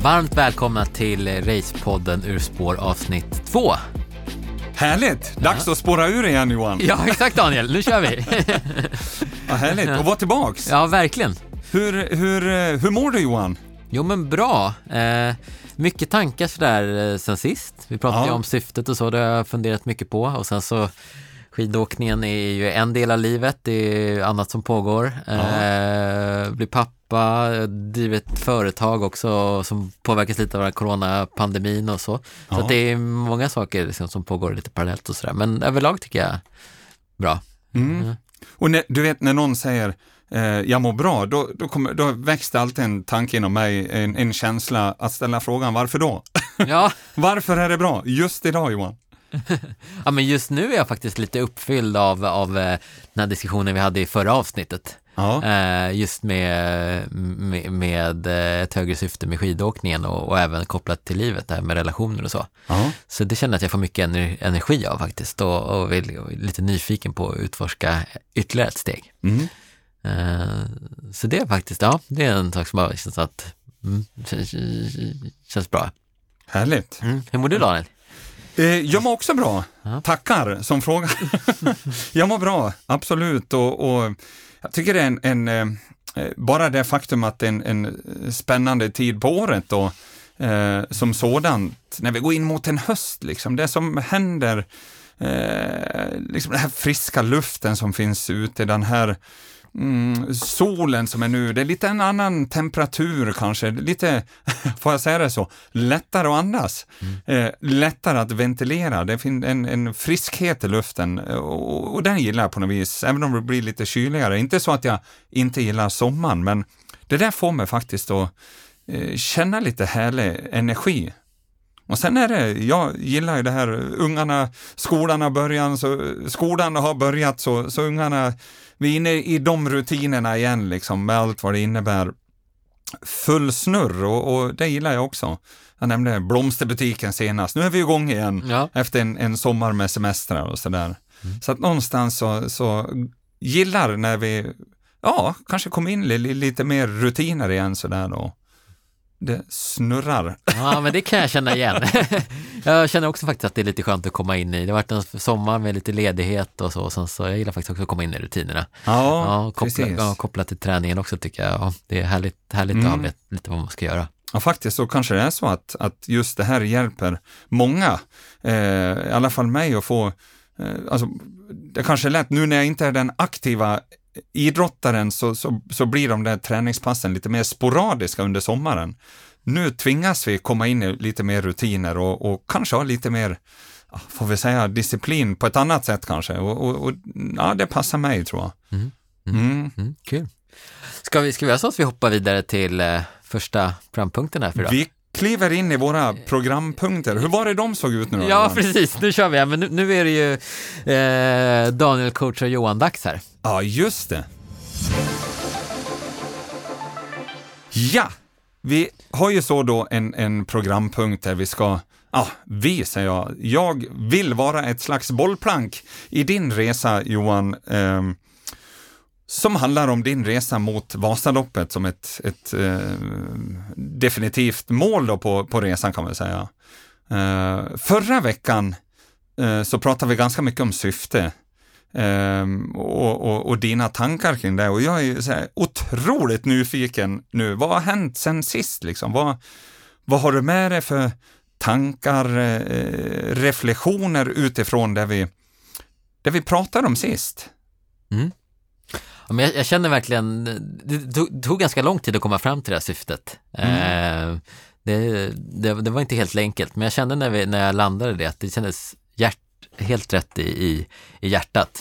Varmt välkomna till Racepodden ur spår avsnitt 2. Härligt! Dags att spåra ur igen, Johan. Ja, exakt Daniel. Nu kör vi. Ja, härligt. Och vara tillbaks. Ja, verkligen. Hur mår du, Johan? Jo, men bra. Mycket tankar sådär sen sist. Vi pratade ju om syftet och så, det har jag funderat mycket på. Och sen så skidåkningen är ju en del av livet, det är annat som pågår. Blir pappa, driver ett företag också som påverkas lite av coronapandemin och så. Så att det är många saker liksom, som pågår lite parallellt och sådär. Men överlag tycker jag bra. Och du vet när någon säger jag mår bra, då växte alltid en tanke inom mig, en känsla att ställa frågan varför då? Ja. Varför är det bra just idag, Johan? Ja, men just nu är jag faktiskt lite uppfylld av den här diskussionen vi hade i förra avsnittet. Just med ett högre syfte med skidåkningen och även kopplat till livet där med relationer och så. Så det känner att jag får mycket energi av faktiskt och är lite nyfiken på att utforska ytterligare ett steg. Så det är faktiskt, det är en sak som har känns att känns bra. Härligt. Hur mår du, Daniel? Jag mår också bra. Tackar som fråga. Jag mår bra, absolut. Och jag tycker det är bara det faktum att det är en spännande tid på året då, som sådant. När vi går in mot en höst, liksom, det som händer, liksom den här friska luften som finns ute, den här solen som är nu, det är lite en annan temperatur kanske, lite, får jag säga det så, lättare att andas, lättare att ventilera, det finns en friskhet i luften och den gillar jag på något vis, även om det blir lite kyligare. Inte så att jag inte gillar sommaren, men det där får mig faktiskt att känna lite härlig energi. Och sen är det, jag gillar ju det här, skolan har börjat så ungarna, vi är inne i de rutinerna igen liksom, med allt vad det innebär. Full snurr och det gillar jag också. Jag nämnde blomsterbutiken senast, nu är vi igång igen efter en sommar med semestrar och sådär. Så att någonstans så gillar när vi kanske kommer in lite mer rutiner igen sådär då. Det snurrar. Ja, men det kan jag känna igen. Jag känner också faktiskt att det är lite skönt att komma in i. Det har varit en sommar med lite ledighet och så jag gillar faktiskt också att komma in i rutinerna. Kopplat till träningen också tycker jag. Det är härligt att ha lite vad man ska göra. Ja, faktiskt så kanske det är så att just det här hjälper många, i alla fall mig att få, alltså det kanske är lätt, nu när jag inte är den aktiva idrottaren så blir de där träningspassen lite mer sporadiska under sommaren. Nu tvingas vi komma in i lite mer rutiner och kanske ha lite mer, får vi säga, disciplin på ett annat sätt kanske. Och det passar mig, tror jag. Kul. Ska vi göra så att vi hoppar vidare till första programpunkten här för idag? Vi kliver in i våra programpunkter. Hur var det de såg ut nu då? Ja, precis. Nu kör vi. Men nu är det ju Daniel, coach och Johan dags här. Ja, just det. Ja, vi har ju så då en programpunkt där vi ska, jag vill vara ett slags bollplank i din resa, Johan, som handlar om din resa mot Vasaloppet som ett definitivt mål då på resan, kan man säga. Förra veckan så pratade vi ganska mycket om syfte och dina tankar kring det, och jag är så här otroligt nyfiken nu. Vad har hänt sen sist liksom? Vad har du med dig för tankar, reflektioner utifrån det vi pratade om sist? Ja, men jag känner verkligen, det tog ganska lång tid att komma fram till det här syftet. Det var inte helt enkelt, men jag kände när jag landade det att det kändes helt rätt i hjärtat.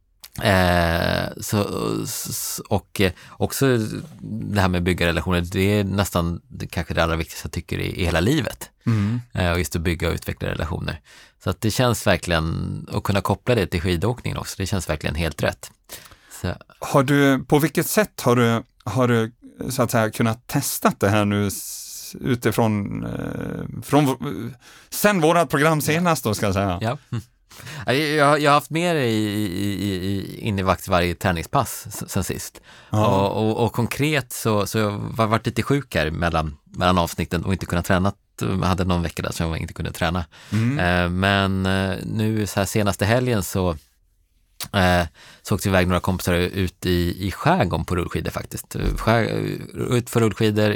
Och också det här med bygga relationer, det är nästan kanske det allra viktigaste jag tycker i hela livet. Och just att bygga och utveckla relationer. Så att det känns verkligen, att kunna koppla det till skidåkningen också, det känns verkligen helt rätt. Så. På vilket sätt har du så att säga kunnat testa det här nu utifrån från sen vårat program senast då, ska jag säga? Ja. Jag har haft med det in i varje träningspass sen sist. Ja. Och konkret så jag har varit lite sjuk här mellan avsnitten och inte kunnat träna. Jag hade någon vecka där som jag inte kunde träna. Men nu så här senaste helgen så åkte vi iväg några kompisar ut i skärgården på rullskidor faktiskt. Ut för rullskidor,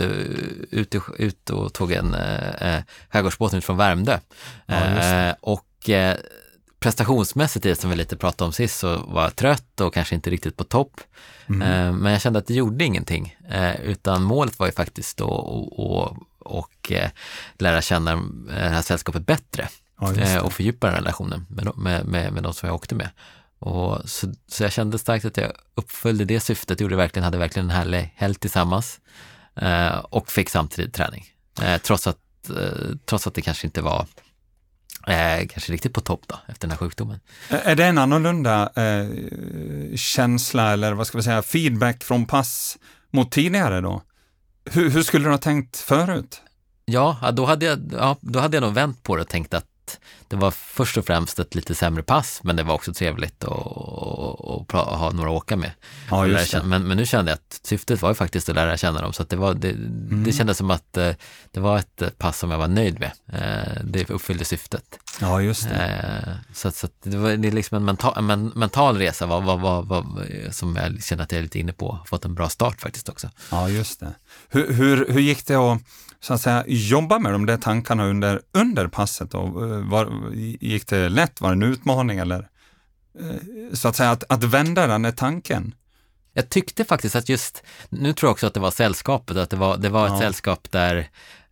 ut och tog en skärgårdsbåt ut från Värmdö. Och prestationsmässigt, det som vi lite pratade om sist, så var jag trött och kanske inte riktigt på topp. Men jag kände att det gjorde ingenting. Utan målet var ju faktiskt och lära känna det här sällskapet bättre. Och fördjupa den relationen med de som jag åkte med. Och så jag kände starkt att jag uppföljde det syftet, hade verkligen en härlig helg tillsammans och fick samtidigt träning. Trots att det kanske inte var kanske riktigt på topp då, efter den här sjukdomen. Är det en annorlunda känsla eller vad ska vi säga, feedback från pass mot tidigare då? Hur skulle du ha tänkt förut? Ja, då hade jag nog vänt på det och tänkt att det var först och främst ett lite sämre pass, men det var också trevligt att ha några att åka med. Ja, men nu kände jag att syftet var ju faktiskt att lära känna dem, så att det kändes som att det var ett pass som jag var nöjd med. Det uppfyllde syftet. Ja, just det. Så det är liksom en mental resa som jag känner att jag är lite inne på. Fått en bra start faktiskt också. Ja, just det. Hur gick det att så att säga jobba med de där tankarna under passet då? Gick det lätt? Var det en utmaning eller så att säga att vända den där tanken? Jag tyckte faktiskt att nu tror jag också att det var sällskapet, att det var ett sällskap där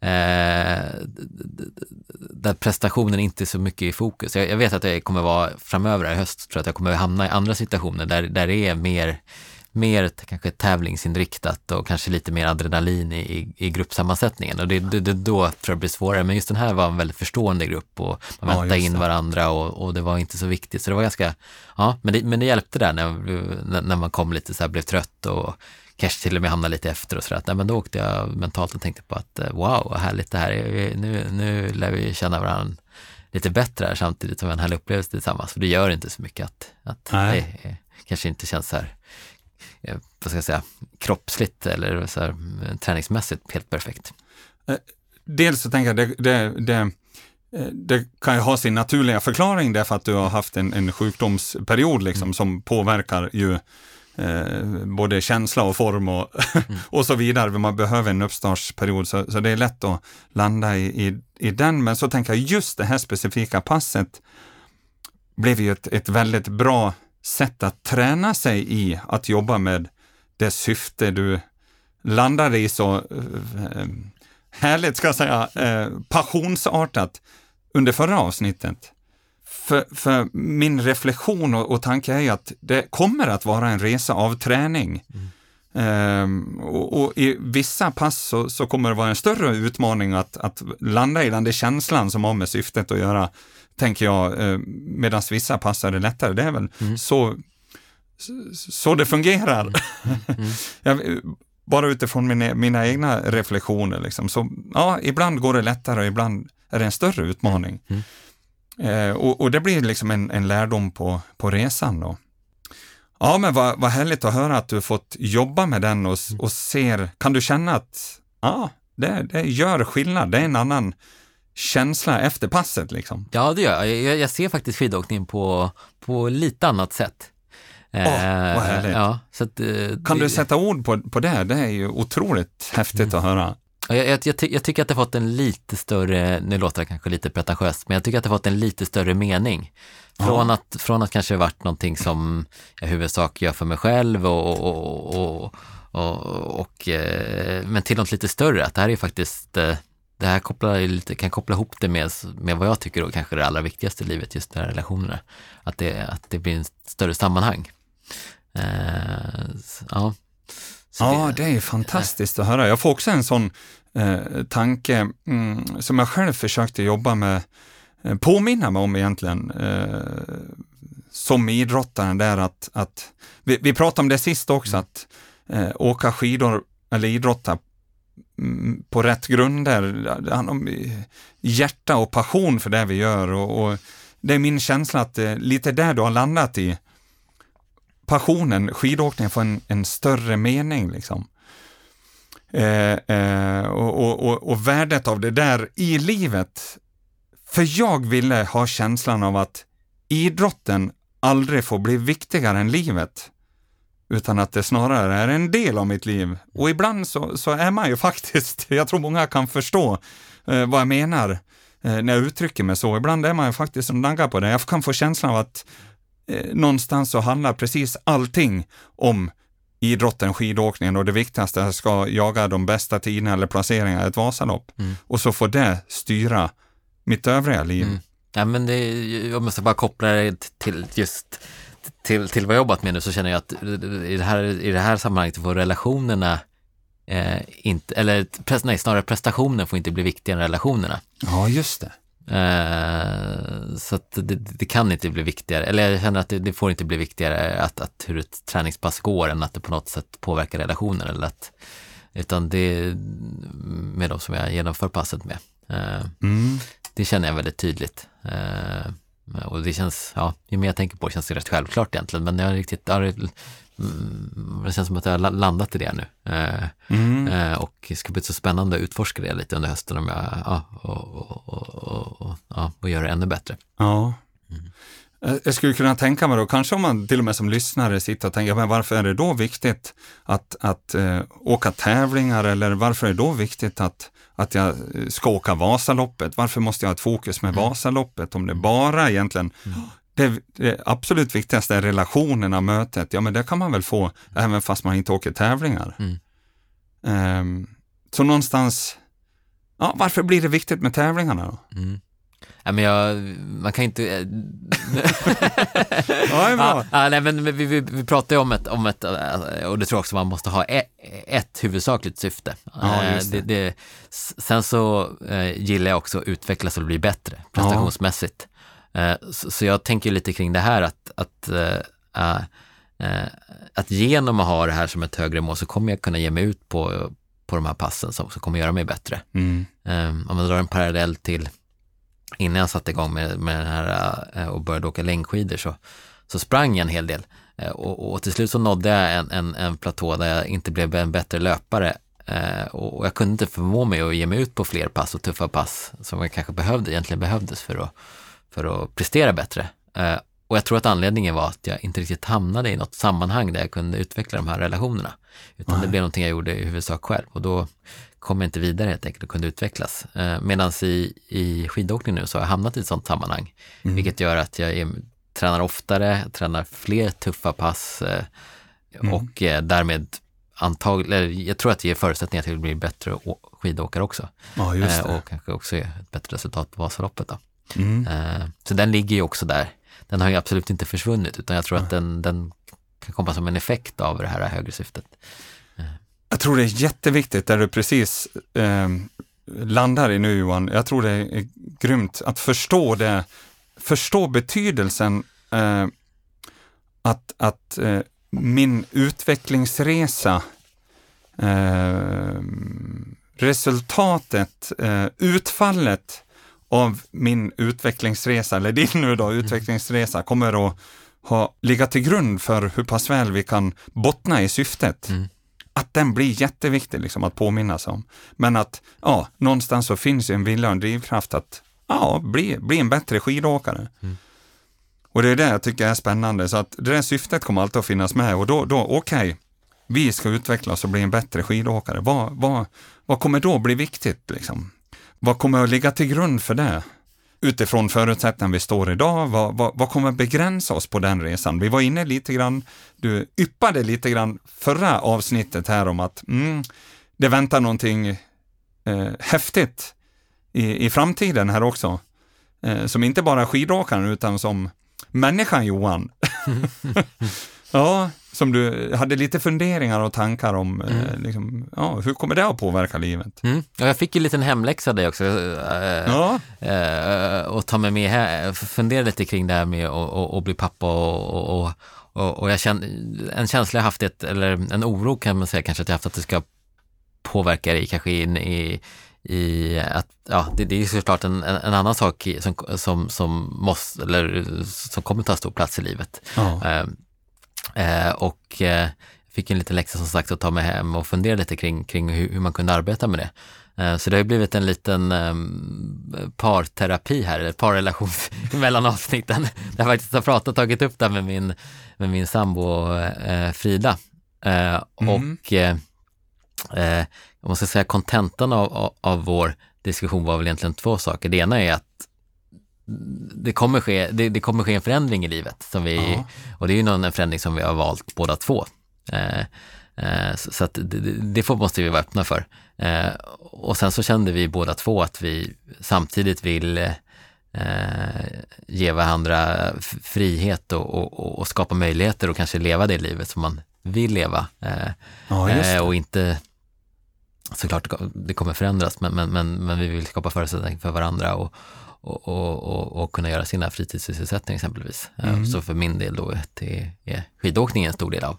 prestationen inte är så mycket i fokus. Jag vet att det kommer vara framöver i höst, tror jag att jag kommer hamna i andra situationer där det är mer kanske tävlingsinriktat och kanske lite mer adrenalin i gruppsammansättningen, och det då tror jag blir svårare, men just den här var en väldigt förstående grupp och man väntade in varandra och det var inte så viktigt, så det var ganska, men det hjälpte där när man kom lite så här, blev trött och kanske till och med hamnade lite efter och sådär, nej, men då åkte jag mentalt och tänkte på att wow, vad härligt det här är, nu lär vi känna varandra lite bättre här, samtidigt som en härlig upplevelse tillsammans, för det gör inte så mycket att det kanske inte känns så här, vad ska jag säga, kroppsligt eller så här, träningsmässigt helt perfekt. Dels så tänker jag det kan ju ha sin naturliga förklaring därför att du har haft en sjukdomsperiod liksom, som påverkar ju både känsla och form och så vidare. Man behöver en uppstartsperiod, så det är lätt att landa i den, men så tänker jag just det här specifika passet blev ju ett väldigt bra sätt att träna sig i att jobba med det syfte du landade i så härligt, ska jag säga, passionsartat under förra avsnittet. För min reflektion och tanke är ju att det kommer att vara en resa av träning. Och i vissa pass så kommer det vara en större utmaning att landa i den där känslan som har med syftet att göra, tänker jag, medan vissa pass är det lättare. Det är väl så det fungerar. Bara utifrån mina egna reflektioner liksom. Så ja, ibland går det lättare och ibland är det en större utmaning. Och det blir liksom en lärdom på resan då. Ja, men vad härligt att höra att du fått jobba med den och ser, kan du känna att det gör skillnad, det är en annan känsla efter passet liksom? Ja, det gör jag. Jag ser faktiskt skidåkning på lite annat sätt. Vad härligt. Ja, så att, kan du sätta ord på det? Det är ju otroligt häftigt att höra. Jag tycker att det har fått en lite större, nu låter det kanske lite pretentiöst, men jag tycker att det har fått en lite större mening. Från att kanske varit någonting som jag i huvudsak gör för mig själv men till något lite större, att det här är faktiskt, det här kan koppla ihop det med vad jag tycker då kanske det allra viktigaste i livet, just de här relationerna. Att det blir en större sammanhang. Det är fantastiskt att höra. Jag får också en sån tanke som jag själv försökte jobba med, påminna mig om egentligen som idrottaren där, att vi pratade om det sist också, att åka skidor eller idrotta på rätt grunder, det handlar om hjärta och passion för det vi gör, och det är min känsla att lite där du har landat i passionen, skidåkningen får en större mening liksom. Och värdet av det där i livet. För jag ville ha känslan av att idrotten aldrig får bli viktigare än livet, utan att det snarare är en del av mitt liv. Och ibland så är man ju faktiskt, jag tror många kan förstå vad jag menar när jag uttrycker mig så. Ibland är man ju faktiskt som naggar på det. Jag kan få känslan av att någonstans så handlar precis allting om idrotten, skidåkningen, och det viktigaste är att ska jaga de bästa tiderna eller placeringar i ett Vasalopp. Och så får det styra mitt övriga liv. Ja, men jag måste bara koppla det till just till vad jag jobbat med nu, så känner jag att i det här sammanhanget får relationerna inte, eller snarare prestationen får inte bli viktigare än relationerna. Ja, just det. Så att det kan inte bli viktigare, eller jag känner att det får inte bli viktigare att hur ett träningspass går än att det på något sätt påverkar relationer, eller utan det är med de som jag genomför passet med. Det känner jag väldigt tydligt. Och det känns, ju mer jag tänker på det känns det rätt självklart egentligen, men det känns som att jag har landat i det nu. Och det ska bli så spännande att utforska det lite under hösten om och göra det ännu bättre. Ja. Jag skulle kunna tänka mig då, kanske om man till och med som lyssnare sitter och tänker, men varför är det då viktigt att åka tävlingar, eller varför är det då viktigt att jag ska åka Vasaloppet? Varför måste jag ha ett fokus med Vasaloppet om det bara egentligen det absolut viktigaste är relationerna, mötet. Ja, men det kan man väl få även fast man inte åker tävlingar. Så någonstans, varför blir det viktigt med tävlingarna då? Ja, men man kan inte... Nej, men vi pratar ju om ett, och det tror jag också man måste ha ett huvudsakligt syfte. Sen så gillar jag också att utvecklas och bli bättre prestationsmässigt. Så jag tänker lite kring det här att genom att ha det här som ett högre mål så kommer jag kunna ge mig ut på de här passen som kommer göra mig bättre. Om man drar en parallell till innan jag satte igång med den här och började åka längdskidor så sprang jag en hel del. Och till slut så nådde jag en platå där jag inte blev en bättre löpare. Och jag kunde inte förmå mig att ge mig ut på fler pass och tuffa pass som jag kanske egentligen behövdes för att prestera bättre. Och jag tror att anledningen var att jag inte riktigt hamnade i något sammanhang där jag kunde utveckla de här relationerna. Utan det blev någonting jag gjorde i huvudsak själv. Och då kom jag inte vidare helt enkelt och kunde utvecklas. Medan i skidåkning nu så har jag hamnat i ett sånt sammanhang. Vilket gör att jag tränar oftare, tränar fler tuffa pass och därmed jag tror att det ger förutsättningar till att bli bättre skidåkare också. Ja, just det. Och kanske också ett bättre resultat på Vasaloppet då. Så den ligger ju också där. Den har ju absolut inte försvunnit, utan jag tror att den kan komma som en effekt av det här högre syftet. Jag tror det är jätteviktigt där du precis landar i nu, Johan. Jag tror det är grymt att förstå betydelsen att min utvecklingsresa, resultatet, utfallet av min utvecklingsresa, eller din nu då, utvecklingsresa, kommer att ligga till grund för hur pass väl vi kan bottna i syftet. Att den blir jätteviktig liksom, att påminna sig om. Men att någonstans så finns ju en vilja och en drivkraft att bli en bättre skidåkare. Och det är det jag tycker är spännande. Så att det där syftet kommer alltid att finnas med. Och då okej, vi ska utvecklas och bli en bättre skidåkare. Vad kommer då bli viktigt liksom? Vad kommer att ligga till grund för det? Utifrån förutsättningarna vi står idag, vad kommer begränsa oss på den resan? Vi var inne lite grann, du yppade lite grann förra avsnittet här om att det väntar någonting häftigt i framtiden här också. Som inte bara skidåkaren utan som människan, Johan. Ja, som du hade lite funderingar och tankar om liksom, hur kommer det att påverka livet? Ja, jag fick ju en liten hemläxa där också och ta med här, fundera lite kring det här med att bli pappa och jag känner en känsla jag haft eller en oro kan man säga kanske att jag haft att det ska påverka dig kanske i att, det är såklart en annan sak som måste, eller som kommer ta stor plats i livet. Och fick en liten läxa som sagt att ta mig hem och fundera lite kring hur man kunde arbeta med det. Så det har blivit en liten parterapi här, eller parrelation mellan avsnitten. Jag faktiskt har tagit upp det med min sambo Frida. Och om man ska säga kontentan av vår diskussion var väl egentligen två saker. Det ena är att det kommer ske en förändring i livet och det är ju en förändring som vi har valt båda två. Så att det måste vi vara öppna för. Och sen så kände vi båda två att vi samtidigt vill ge varandra frihet och skapa möjligheter och kanske leva det livet som man vill leva. Och inte, såklart det kommer förändras, men vi vill skapa förutsättningar för varandra och kunna göra sina fritidssysselsättningar exempelvis. Så för min del då det är skidåkning en stor del av.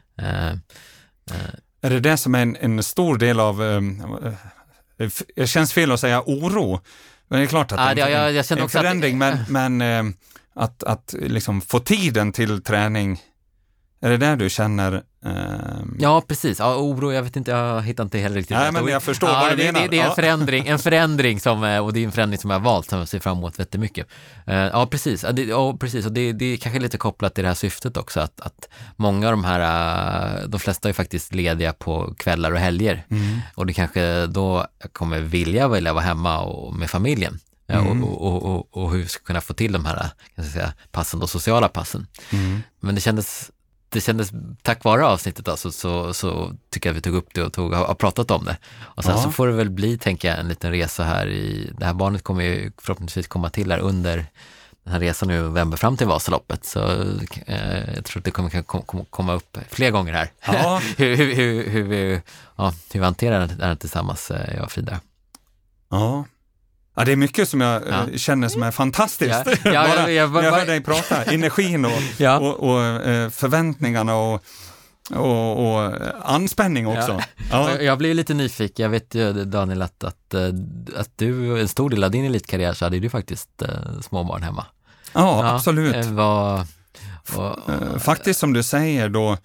Är det som är en stor del av, det känns fel att säga oro, men det är klart att det är en förändring, men att liksom få tiden till träning, är det där du känner? Ja, precis. Ja, oro, jag vet inte, jag hittar inte heller riktigt. Nej, men jag förstår vad du menar. Det är en förändring och det är en förändring som jag har valt, som jag ser fram emot jättemycket. Ja, precis. Precis. Och det är kanske lite kopplat till det här syftet också, att många av de flesta är faktiskt lediga på kvällar och helger. Och det kanske då kommer vilja vara hemma och med familjen. Och hur vi ska kunna få till de här, kan jag säga, passen, och sociala passen. Men det kändes tack vare avsnittet alltså, så tycker jag att vi tog upp det och har pratat om det. Och sen så får det väl bli, tänker jag, en liten resa här det här barnet kommer ju förhoppningsvis komma till här under den här resan i november fram till Vasaloppet. Så jag tror att det kommer komma upp fler gånger här. Ja. hur vi hanterar det här tillsammans, jag och Frida. Ja, det är mycket som jag känner som är fantastiskt. När jag hör dig prata, energin och förväntningarna och anspänning också. Jag blir lite nyfiken. Jag vet ju, Daniel, att du, en stor del av din elitkarriär, så hade du faktiskt småbarn hemma. Ja, absolut. Faktiskt, som du säger då,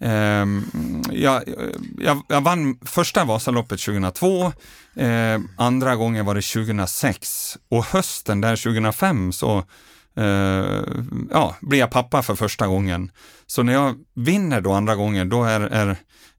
jag vann första Vasaloppet 2002, andra gången var det 2006, och hösten där 2005 så blir jag pappa för första gången. Så när jag vinner då andra gången, då är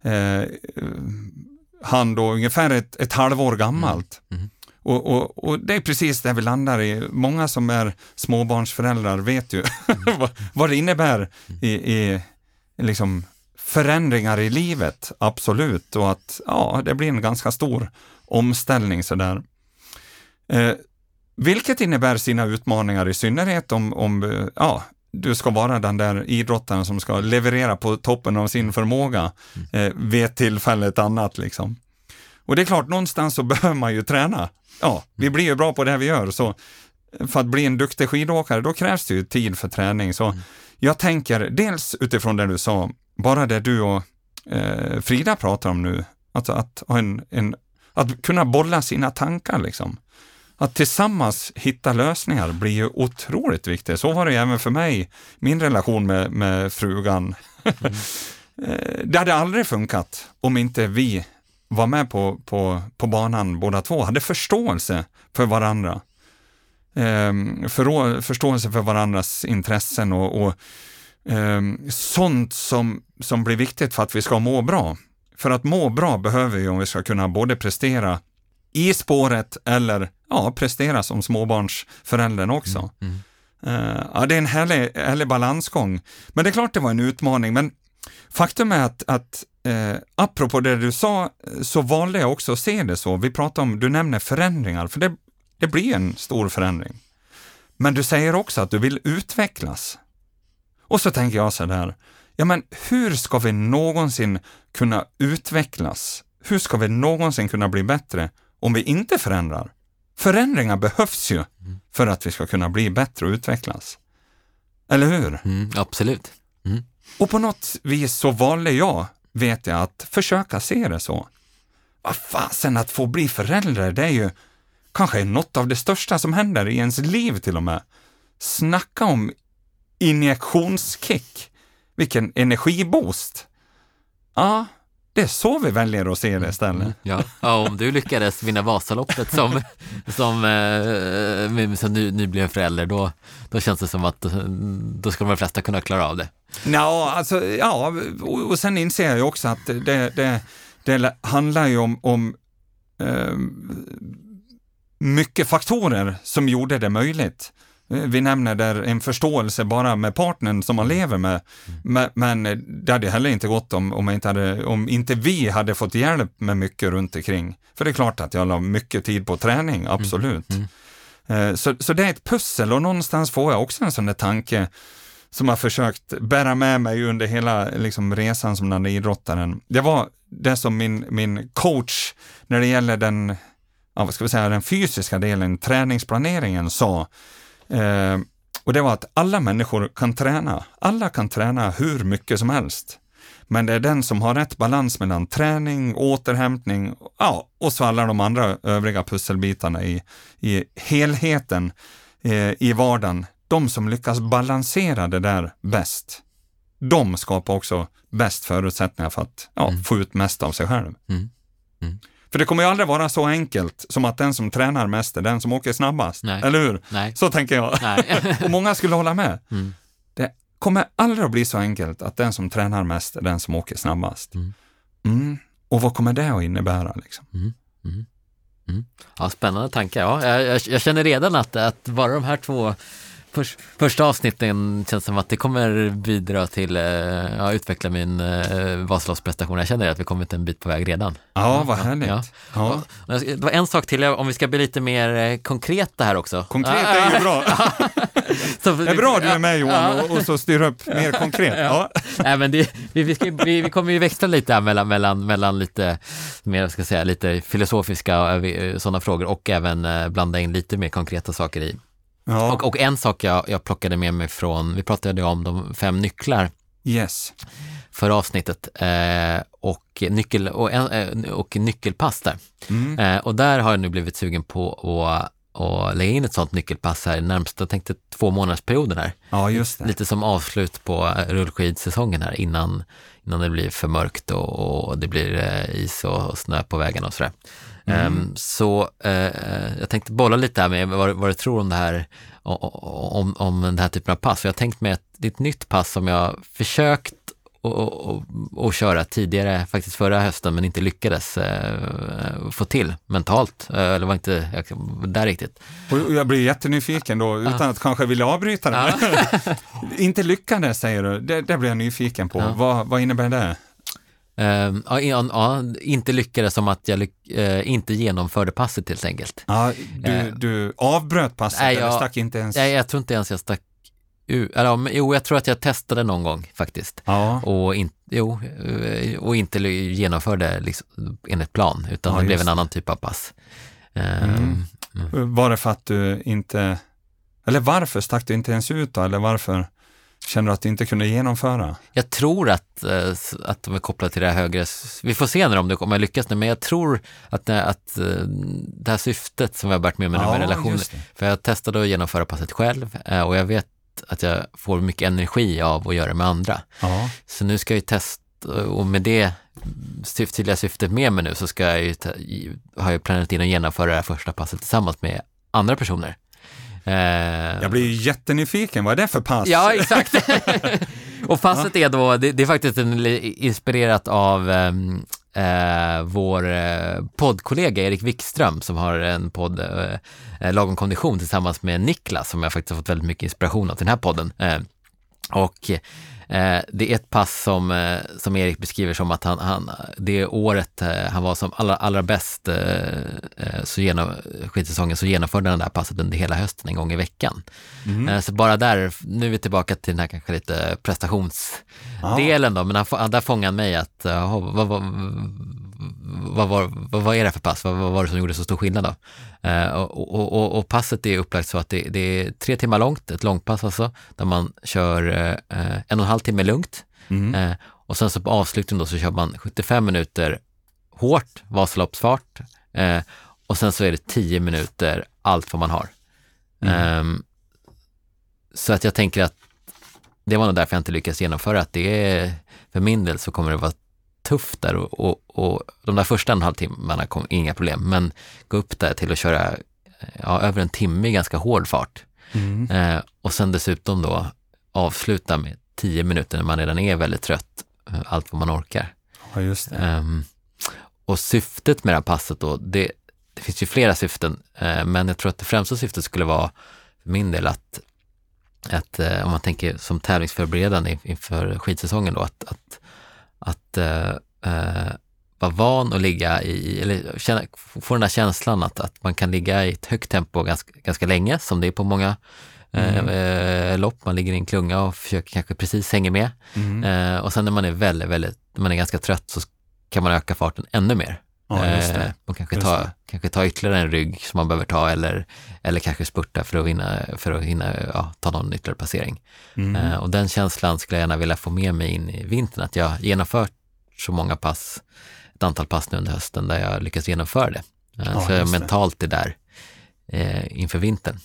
han då ungefär ett halvår gammalt. Och det är precis där vi landar i. Många som är småbarnsföräldrar vet ju vad det innebär i liksom förändringar i livet, absolut. Och att det blir en ganska stor omställning sådär. Vilket innebär sina utmaningar, i synnerhet om du ska vara den där idrottaren som ska leverera på toppen av sin förmåga vid ett tillfälle ett annat liksom. Och det är klart, någonstans så behöver man ju träna. Vi blir ju bra på det vi gör, så för att bli en duktig skidåkare, då krävs det ju tid för träning. Så jag tänker, dels utifrån det du sa, bara det du och Frida pratar om nu, alltså att ha att kunna bolla sina tankar liksom. Att tillsammans hitta lösningar blir ju otroligt viktigt. Så var det även för mig, min relation med frugan. Det hade aldrig funkat om inte vi var med på banan båda två, hade förståelse för varandra. Förståelse för varandras intressen och sånt som blir viktigt för att vi ska må bra. För att må bra behöver vi, om vi ska kunna både prestera i spåret eller prestera som småbarnsföräldern också. Det är en härlig balansgång. Men det är klart det var en utmaning. Men faktum är att apropå det du sa, så valde jag också att se det så. Vi pratar om, du nämner förändringar, för det blir en stor förändring. Men du säger också att du vill utvecklas. Och så tänker jag så där, men hur ska vi någonsin kunna utvecklas? Hur ska vi någonsin kunna bli bättre om vi inte förändrar? Förändringar behövs ju för att vi ska kunna bli bättre och utvecklas. Eller hur? Absolut. Och på något vis så valde jag, vet jag, att försöka se det så. vad fasen, att få bli förälder, det är ju kanske något av det största som händer i ens liv till och med. Snacka om injektionskick. Vilken energiboost. Ja, det är så vi väljer att se det istället. Ja, om du lyckades vinna Vasaloppet som nybliven förälder, då känns det som att då skulle de flesta kunna klara av det. Ja, alltså, ja, och sen inser jag ju också att det handlar ju om mycket faktorer som gjorde det möjligt. Vi nämner där en förståelse bara med partnern som man lever med. Men det hade heller inte gått om inte vi hade fått hjälp med mycket runt omkring. För det är klart att jag la mycket tid på träning, absolut. Så det är ett pussel, och någonstans får jag också en sån där tanke som har försökt bära med mig under hela liksom, resan som den idrottaren. Det var det som min coach när det gäller den fysiska delen, träningsplaneringen, sa. Och det var att alla människor kan träna. Alla kan träna hur mycket som helst. Men det är den som har rätt balans mellan träning, återhämtning, och så alla de andra övriga pusselbitarna i helheten i vardagen. De som lyckas balansera det där bäst, de skapar också bäst förutsättningar för att få ut mest av sig själv. För det kommer ju aldrig vara så enkelt som att den som tränar mest är den som åker snabbast. Nej. Eller hur? Nej. Så tänker jag. Nej. Och många skulle hålla med. Det kommer aldrig att bli så enkelt att den som tränar mest är den som åker snabbast. Och vad kommer det att innebära liksom? Ja, spännande tankar. Ja, jag känner redan att bara de här två första avsnitten känns som att det kommer bidra till att utveckla min Vasaloppsprestation. Jag känner att vi kommit en bit på väg redan. Ja, vad härligt. Ja. Det var en sak till, om vi ska bli lite mer konkreta här också. Konkret är ju bra. Det är bra du är med, Johan, och så styr upp mer konkret. Ja. Nej, men vi kommer ju växla lite här mellan lite mer, ska jag säga, lite filosofiska sådana frågor, och även blanda in lite mer konkreta saker i. Ja. Och en sak jag plockade med mig från, vi pratade om de 5 nycklar för avsnittet, och nyckelpass där. Och där har jag nu blivit sugen på att lägga in ett sånt nyckelpass här närmast, jag tänkte 2 månadersperioden här. Ja, just det. Lite som avslut på rullskidsäsongen här innan det blir för mörkt och det blir is och snö på vägen och sådär. Så jag tänkte bolla lite här med vad du tror om det här, om den här typen av pass. Jag har tänkt mig att det är ett nytt pass som jag försökt att köra tidigare, faktiskt förra hösten, men inte lyckades få till mentalt, eller var inte där riktigt. Och jag blir jättenyfiken då, utan att kanske vilja avbryta det. Inte lyckades, säger du. Det blir jag nyfiken på. Vad innebär det? Inte lyckades som att jag inte genomförde passet helt enkelt. Ja, du avbröt passet, eller stack inte ens? Nej, jag tror inte ens jag stack jag tror att jag testade någon gång faktiskt. Ja. Och inte genomförde liksom enligt plan, utan det blev en annan typ av pass. Var det för att du inte, eller varför stack du inte ens ut då? Eller varför känner du att du inte kunde genomföra? Jag tror att de är kopplade till det här högre. Vi får se när om jag lyckas nu, men jag tror att det här syftet som vi har börjat med relationer. För jag testade att genomföra passet själv, och jag vet att jag får mycket energi av att göra det med andra. Ja. Så nu ska jag ju testa, och med det tydliga syftet med mig nu, så ska har jag planerat in att genomföra det här första passet tillsammans med andra personer. Jag blir jättenyfiken, vad är det för pass? Ja, exakt. Och passet är då, det är faktiskt inspirerat av vår poddkollega Erik Wikström, som har en podd, Lagom kondition, tillsammans med Niklas, som jag faktiskt har fått väldigt mycket inspiration av till den här podden. Och det är ett pass som Erik beskriver som att han det året han var som allra bäst skidsäsongen, så genomförde han det här passet under hela hösten, en gång i veckan. Så bara där, nu är vi tillbaka till den här kanske lite prestationsdelen då, men där fångade han mig att vad är det för pass? Vad var det som gjorde så stor skillnad då? Och passet är upplagt så att det är 3 timmar långt, ett långpass alltså, där man kör 1,5 timme lugnt. Och sen så på avslutningen då så kör man 75 minuter hårt Vasaloppsfart och sen så är det 10 minuter allt vad man har. Så att jag tänker att det var nog därför jag inte lyckades genomföra att det är, för min del så kommer det vara tufft där och de där första en halvtimmarna kom inga problem, men gå upp där till att köra över en timme i ganska hård fart och sen dessutom då avsluta med 10 minuter när man redan är väldigt trött, allt vad man orkar. Ja, just det. Och syftet med det här passet då, det finns ju flera syften, men jag tror att det främsta syftet skulle vara för min del att om man tänker som tävlingsförberedande inför skidsäsongen då, att vara van att ligga i, eller få den där känslan att man kan ligga i ett högt tempo ganska länge, som det är på många lopp. Man ligger i en klunga och försöker kanske precis hänga med. Och sen när man är väldigt, när man är ganska trött så kan man öka farten ännu mer. Och kanske ta ytterligare en rygg som man behöver ta eller kanske spurta för att hinna ta någon ytterligare passering. Och den känslan skulle jag gärna vilja få med mig in i vintern, att jag genomfört så många pass, ett antal pass nu under hösten där jag lyckas genomföra det. Så jag mentalt är där inför vintern.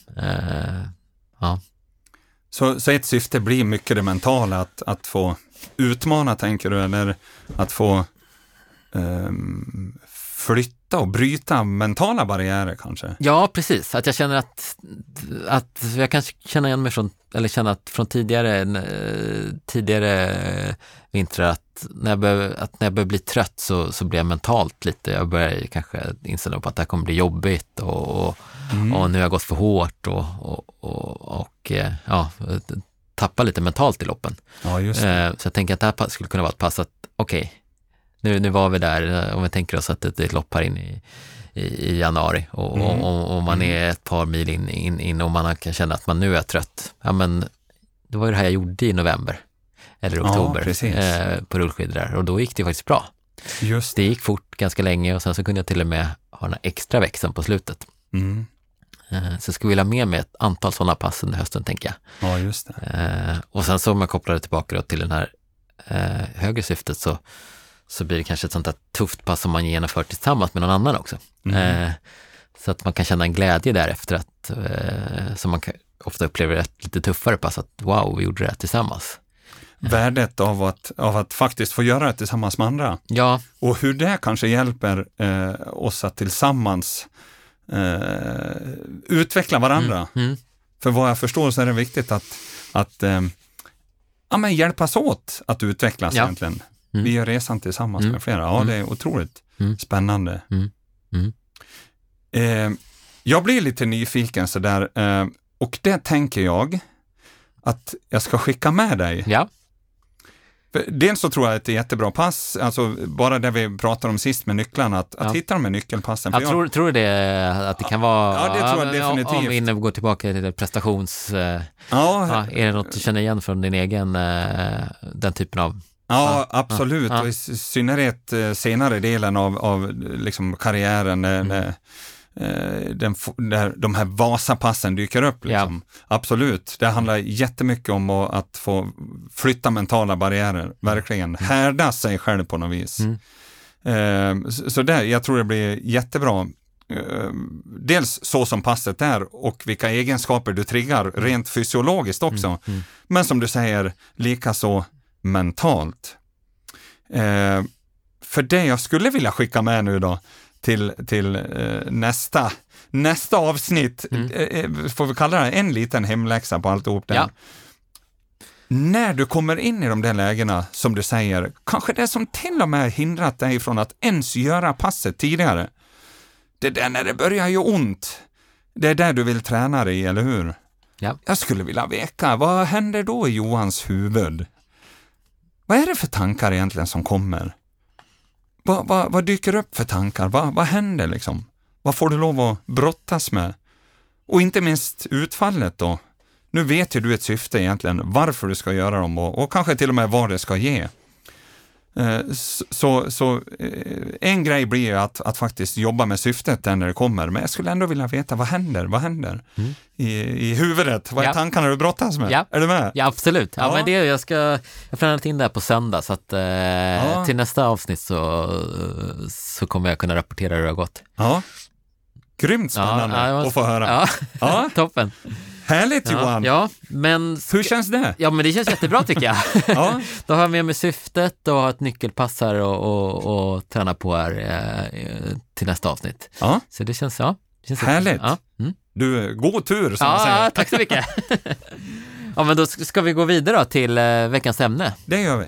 Så ett syfte blir mycket det mentala, att få utmana, tänker du, eller att få flytta och bryta mentala barriärer kanske? Ja, precis. Att jag känner att jag kanske känner igen mig från tidigare vintrar att när jag börjar bli trött så blir jag mentalt lite, jag börjar kanske inställa på att det här kommer bli jobbigt och nu har jag gått för hårt och tappa lite mentalt i loppen. Ja, just det. Så jag tänker att det här skulle kunna vara ett pass att nu var vi där, om vi tänker oss att det är ett lopp här in i januari och man är ett par mil in och man kan känna att man nu är trött. Ja, men det var ju det här jag gjorde i november eller oktober på rullskidor där, och då gick det faktiskt bra. Just det. Det gick fort ganska länge och sen så kunde jag till och med ha den här extra växeln på slutet. Så jag skulle vilja med mig ett antal sådana pass under hösten, tänker jag. Ja, just det. Och sen så om jag kopplar det tillbaka då till den här högre syftet så blir det kanske ett sånt där tufft pass som man genomför tillsammans med någon annan också. Så att man kan känna en glädje därefter att som man ofta upplever ett lite tuffare pass, att wow, vi gjorde det här tillsammans. Värdet av att faktiskt få göra det tillsammans med andra. Ja. Och hur det kanske hjälper oss att tillsammans utveckla varandra. För vad jag förstår så är det viktigt att hjälpas åt att utvecklas egentligen. Vi gör resan tillsammans med flera. Ja, det är otroligt spännande. Jag blir lite nyfiken sådär, och det tänker jag att jag ska skicka med dig. Ja. Dels så tror jag att det är ett jättebra pass, alltså bara det vi pratade om sist med nycklarna, att hitta de här nyckelpassen. Jag tror det att det kan vara, ja, det tror jag definitivt. Om vi går tillbaka till prestations, är det något du känner igen från din egen, den typen av? Ja, absolut. Och i synnerhet senare delen av liksom karriären, där de här Vasapassen dyker upp. Liksom. Absolut. Det handlar jättemycket om att få flytta mentala barriärer. Verkligen. Härda sig själv på något vis. Så där, jag tror det blir jättebra. Dels så som passet är och vilka egenskaper du triggar rent fysiologiskt också. Men som du säger, lika så mentalt. För det jag skulle vilja skicka med nu då till nästa avsnitt, får vi kalla det en liten hemläxa på alltihop där. Ja. När du kommer in i de där lägena, som du säger, kanske det som till och med hindrat dig från att ens göra passet tidigare. Det där när det börjar ju ont. Det är där du vill träna dig, eller hur? Ja. Jag skulle vilja veta, vad händer då i Johans huvud? Vad är det för tankar egentligen som kommer? Vad dyker upp för tankar? Vad händer liksom? Vad får du lov att brottas med? Och inte minst utfallet då. Nu vet ju du ett syfte egentligen, varför du ska göra dem och kanske till och med vad det ska ge. Så en grej blir ju att faktiskt jobba med syftet när det kommer. Men jag skulle ändå vilja veta, vad händer i huvudet? Vad är tankarna du brottas med? Ja. Är du med? Ja, absolut. Ja, men jag har planerat in det här på söndag, så att till nästa avsnitt så kommer jag kunna rapportera hur det har gått. Ja. Grymt spännande att få höra. Ja. Toppen. Härligt, Johan. Ja, men... Hur känns det? Ja, men det känns jättebra tycker jag. Ja. Då har jag med mig syftet och har ett nyckelpass här och träna på här till nästa avsnitt. Ja. Så det känns härligt. Ja. Du, god tur som man säger. Ja, tack så mycket. Ja, men då ska vi gå vidare då till veckans ämne. Det gör vi.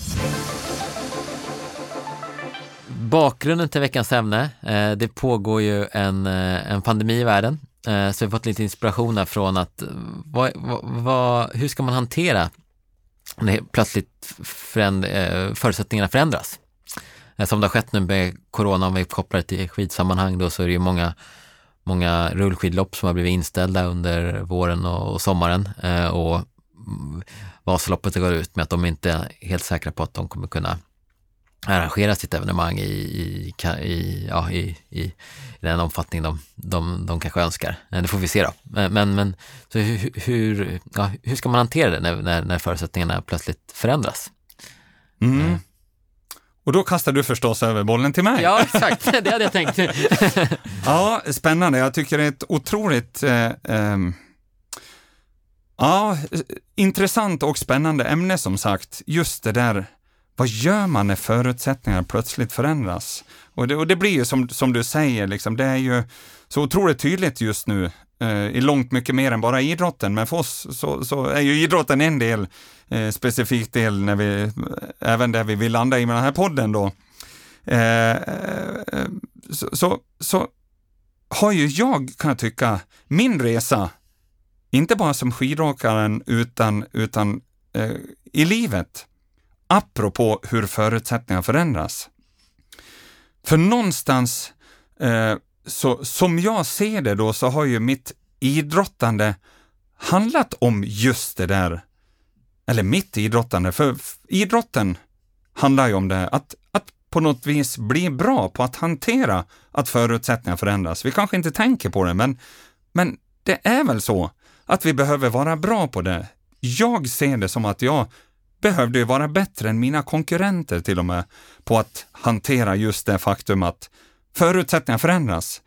Bakgrunden till veckans ämne, det pågår ju en pandemi i världen. Så vi har fått lite inspiration här från att hur ska man hantera när plötsligt förutsättningarna förändras. Som det har skett nu med corona, om vi kopplar det till skidsammanhang då, så är det ju många rullskidlopp som har blivit inställda under våren och sommaren. Och Vasaloppet går ut med att de inte är helt säkra på att de kommer kunna arrangera sitt evenemang i den omfattning de kanske önskar. Det får vi se då. Men så hur ska man hantera det när förutsättningarna plötsligt förändras? Och då kastar du förstås över bollen till mig. Ja, exakt. Det hade jag tänkt. Ja, spännande. Jag tycker det är ett otroligt intressant och spännande ämne, som sagt. Just det där, vad gör man när förutsättningar plötsligt förändras? Och det blir ju som du säger, liksom, det är ju så otroligt tydligt just nu i långt mycket mer än bara idrotten. Men för oss så är ju idrotten en del, specifik del, även där vi vill landa i med den här podden då. Så har ju jag, kan jag tycka, min resa, inte bara som skidåkaren utan i livet, apropå hur förutsättningar förändras. För någonstans, som jag ser det då, så har ju mitt idrottande handlat om just det där. Eller mitt idrottande, för idrotten handlar ju om det, att på något vis bli bra på att hantera att förutsättningar förändras. Vi kanske inte tänker på det, men det är väl så att vi behöver vara bra på det. Jag ser det som att jag behövde ju vara bättre än mina konkurrenter till och med på att hantera just det faktum att förutsättningar förändras.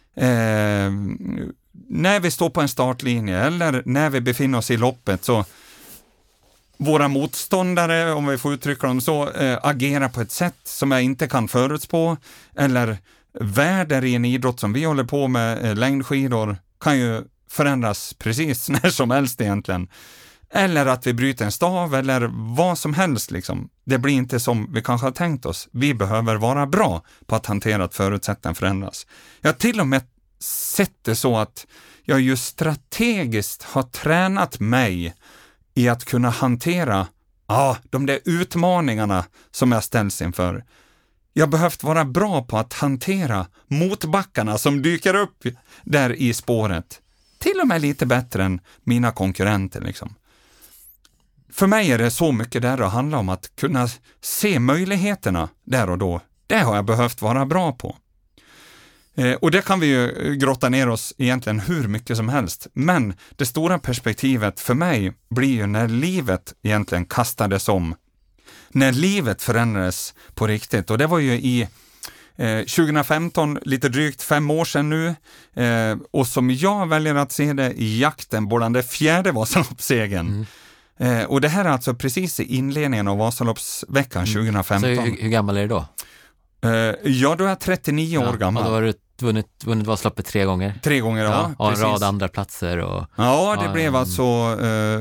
När vi står på en startlinje eller när vi befinner oss i loppet, så våra motståndare, om vi får uttrycka dem så, agerar på ett sätt som jag inte kan förutspå, eller väder i en idrott som vi håller på med, längdskidor, kan ju förändras precis när som helst egentligen. Eller att vi bryter en stav eller vad som helst liksom. Det blir inte som vi kanske har tänkt oss. Vi behöver vara bra på att hantera att förutsättningar förändras. Jag har till och med sett det så att jag ju strategiskt har tränat mig i att kunna hantera de där utmaningarna som jag ställs inför. Jag har behövt vara bra på att hantera motbackarna som dyker upp där i spåret. Till och med lite bättre än mina konkurrenter liksom. För mig är det så mycket där att handla om att kunna se möjligheterna där och då. Det har jag behövt vara bra på. Och det kan vi ju grotta ner oss egentligen hur mycket som helst. Men det stora perspektivet för mig blir ju när livet egentligen kastades om. När livet förändrades på riktigt. Och det var ju i 2015, lite drygt 5 år sedan nu. Och som jag väljer att se det, i jakten på den 4:e Vasaloppssegern. Och det här är alltså precis i inledningen av Vasaloppsveckan 2015. Så hur gammal är du då? Ja, då är jag 39 år gammal. Och då har du vunnit Vasaloppet 3 gånger? 3 gånger, ja. Och en rad andra platser. Ja, det blev alltså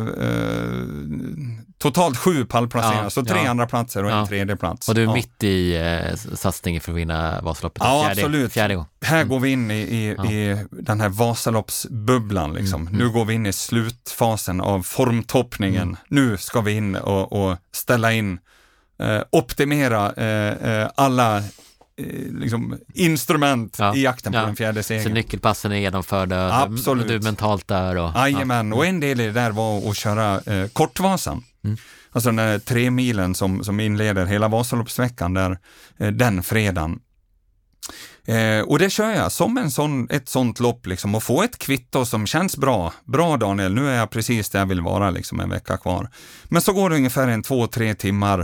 totalt 7 pallplaceringar. Så 3 andra platser och en 3:e plats. Och du är mitt i satsningen för att vinna Vasaloppet. Ja, absolut. 4:e gång. Här går vi in i den här Vasaloppsbubblan. Liksom. Nu går vi in i slutfasen av formtoppningen. Nu ska vi in och ställa in, optimera alla liksom instrument i jakten på den 4:e segern. Så nyckelpassen är genomförda. Absolut. Du är mentalt där. Jajamän, och en del i det där var att köra Kortvasan. alltså den här 3 milen som inleder hela Vasaloppsveckan där, den fredagen. Och det kör jag som ett sånt lopp liksom, och få ett kvitto som känns bra. Bra Daniel, nu är jag precis där jag vill vara liksom, en vecka kvar. Men så går det ungefär 2-3 timmar,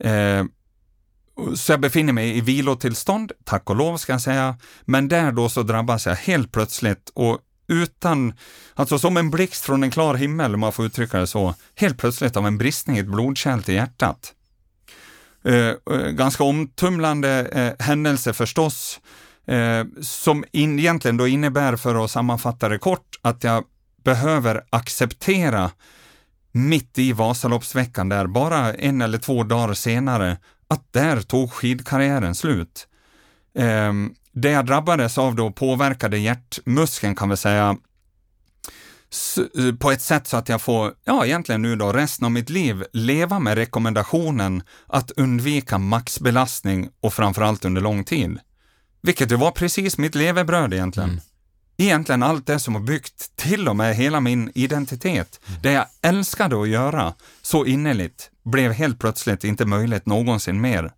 så jag befinner mig i vilotillstånd, tack och lov ska jag säga. Men där då så drabbas jag helt plötsligt och alltså som en blixt från en klar himmel, om man får uttrycka det så, helt plötsligt av en bristning i ett blodkärl till hjärtat. Ganska omtumlande händelse förstås, som egentligen då innebär, för att sammanfatta det kort, att jag behöver acceptera mitt i Vasaloppsveckan där, bara 1 eller 2 dagar senare, att där tog skidkarriären slut. Det jag drabbades av då påverkade hjärtmuskeln, kan vi säga, på ett sätt så att jag får, egentligen nu då resten av mitt liv leva med rekommendationen att undvika maxbelastning och framförallt under lång tid. Vilket det var precis mitt levebröd egentligen. Egentligen allt det som har byggt till och med hela min identitet. Det jag älskade att göra så innerligt blev helt plötsligt inte möjligt någonsin mer.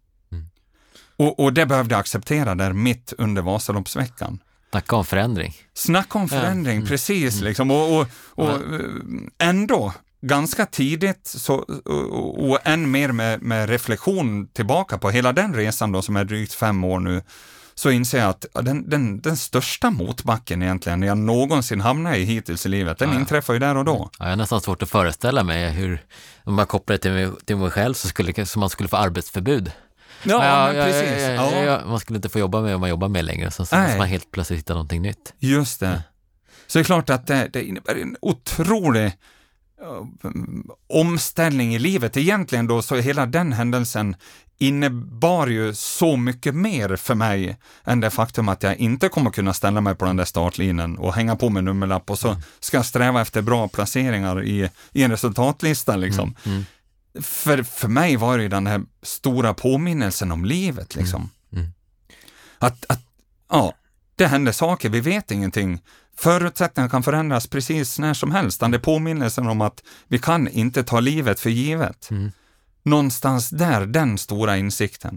Och det behövde jag acceptera där mitt under Vasaloppsveckan. Snacka om förändring. Snacka om förändring, precis. Liksom. Och ändå ganska tidigt så, och än mer med reflektion tillbaka på hela den resan då, som är drygt 5 år nu, så inser jag att den största motbacken egentligen jag någonsin hamnar i hittills i livet, den inträffar ju där och då. Ja, jag har nästan svårt att föreställa mig hur, om man kopplar det till mig själv, så man skulle få arbetsförbud. Precis. Man skulle inte få jobba med om man jobbar med längre, så måste man helt plötsligt hitta någonting nytt. Just det. Så det är klart att det innebär en otrolig omställning i livet. Egentligen då, så hela den händelsen innebar ju så mycket mer för mig än det faktum att jag inte kommer kunna ställa mig på den där startlinjen och hänga på med nummerlapp och så ska jag sträva efter bra placeringar i en resultatlista liksom. För mig var det den här stora påminnelsen om livet liksom. Att det händer saker, vi vet ingenting. Förutsättningarna kan förändras precis när som helst. Det är påminnelsen om att vi kan inte ta livet för givet. Någonstans där, den stora insikten.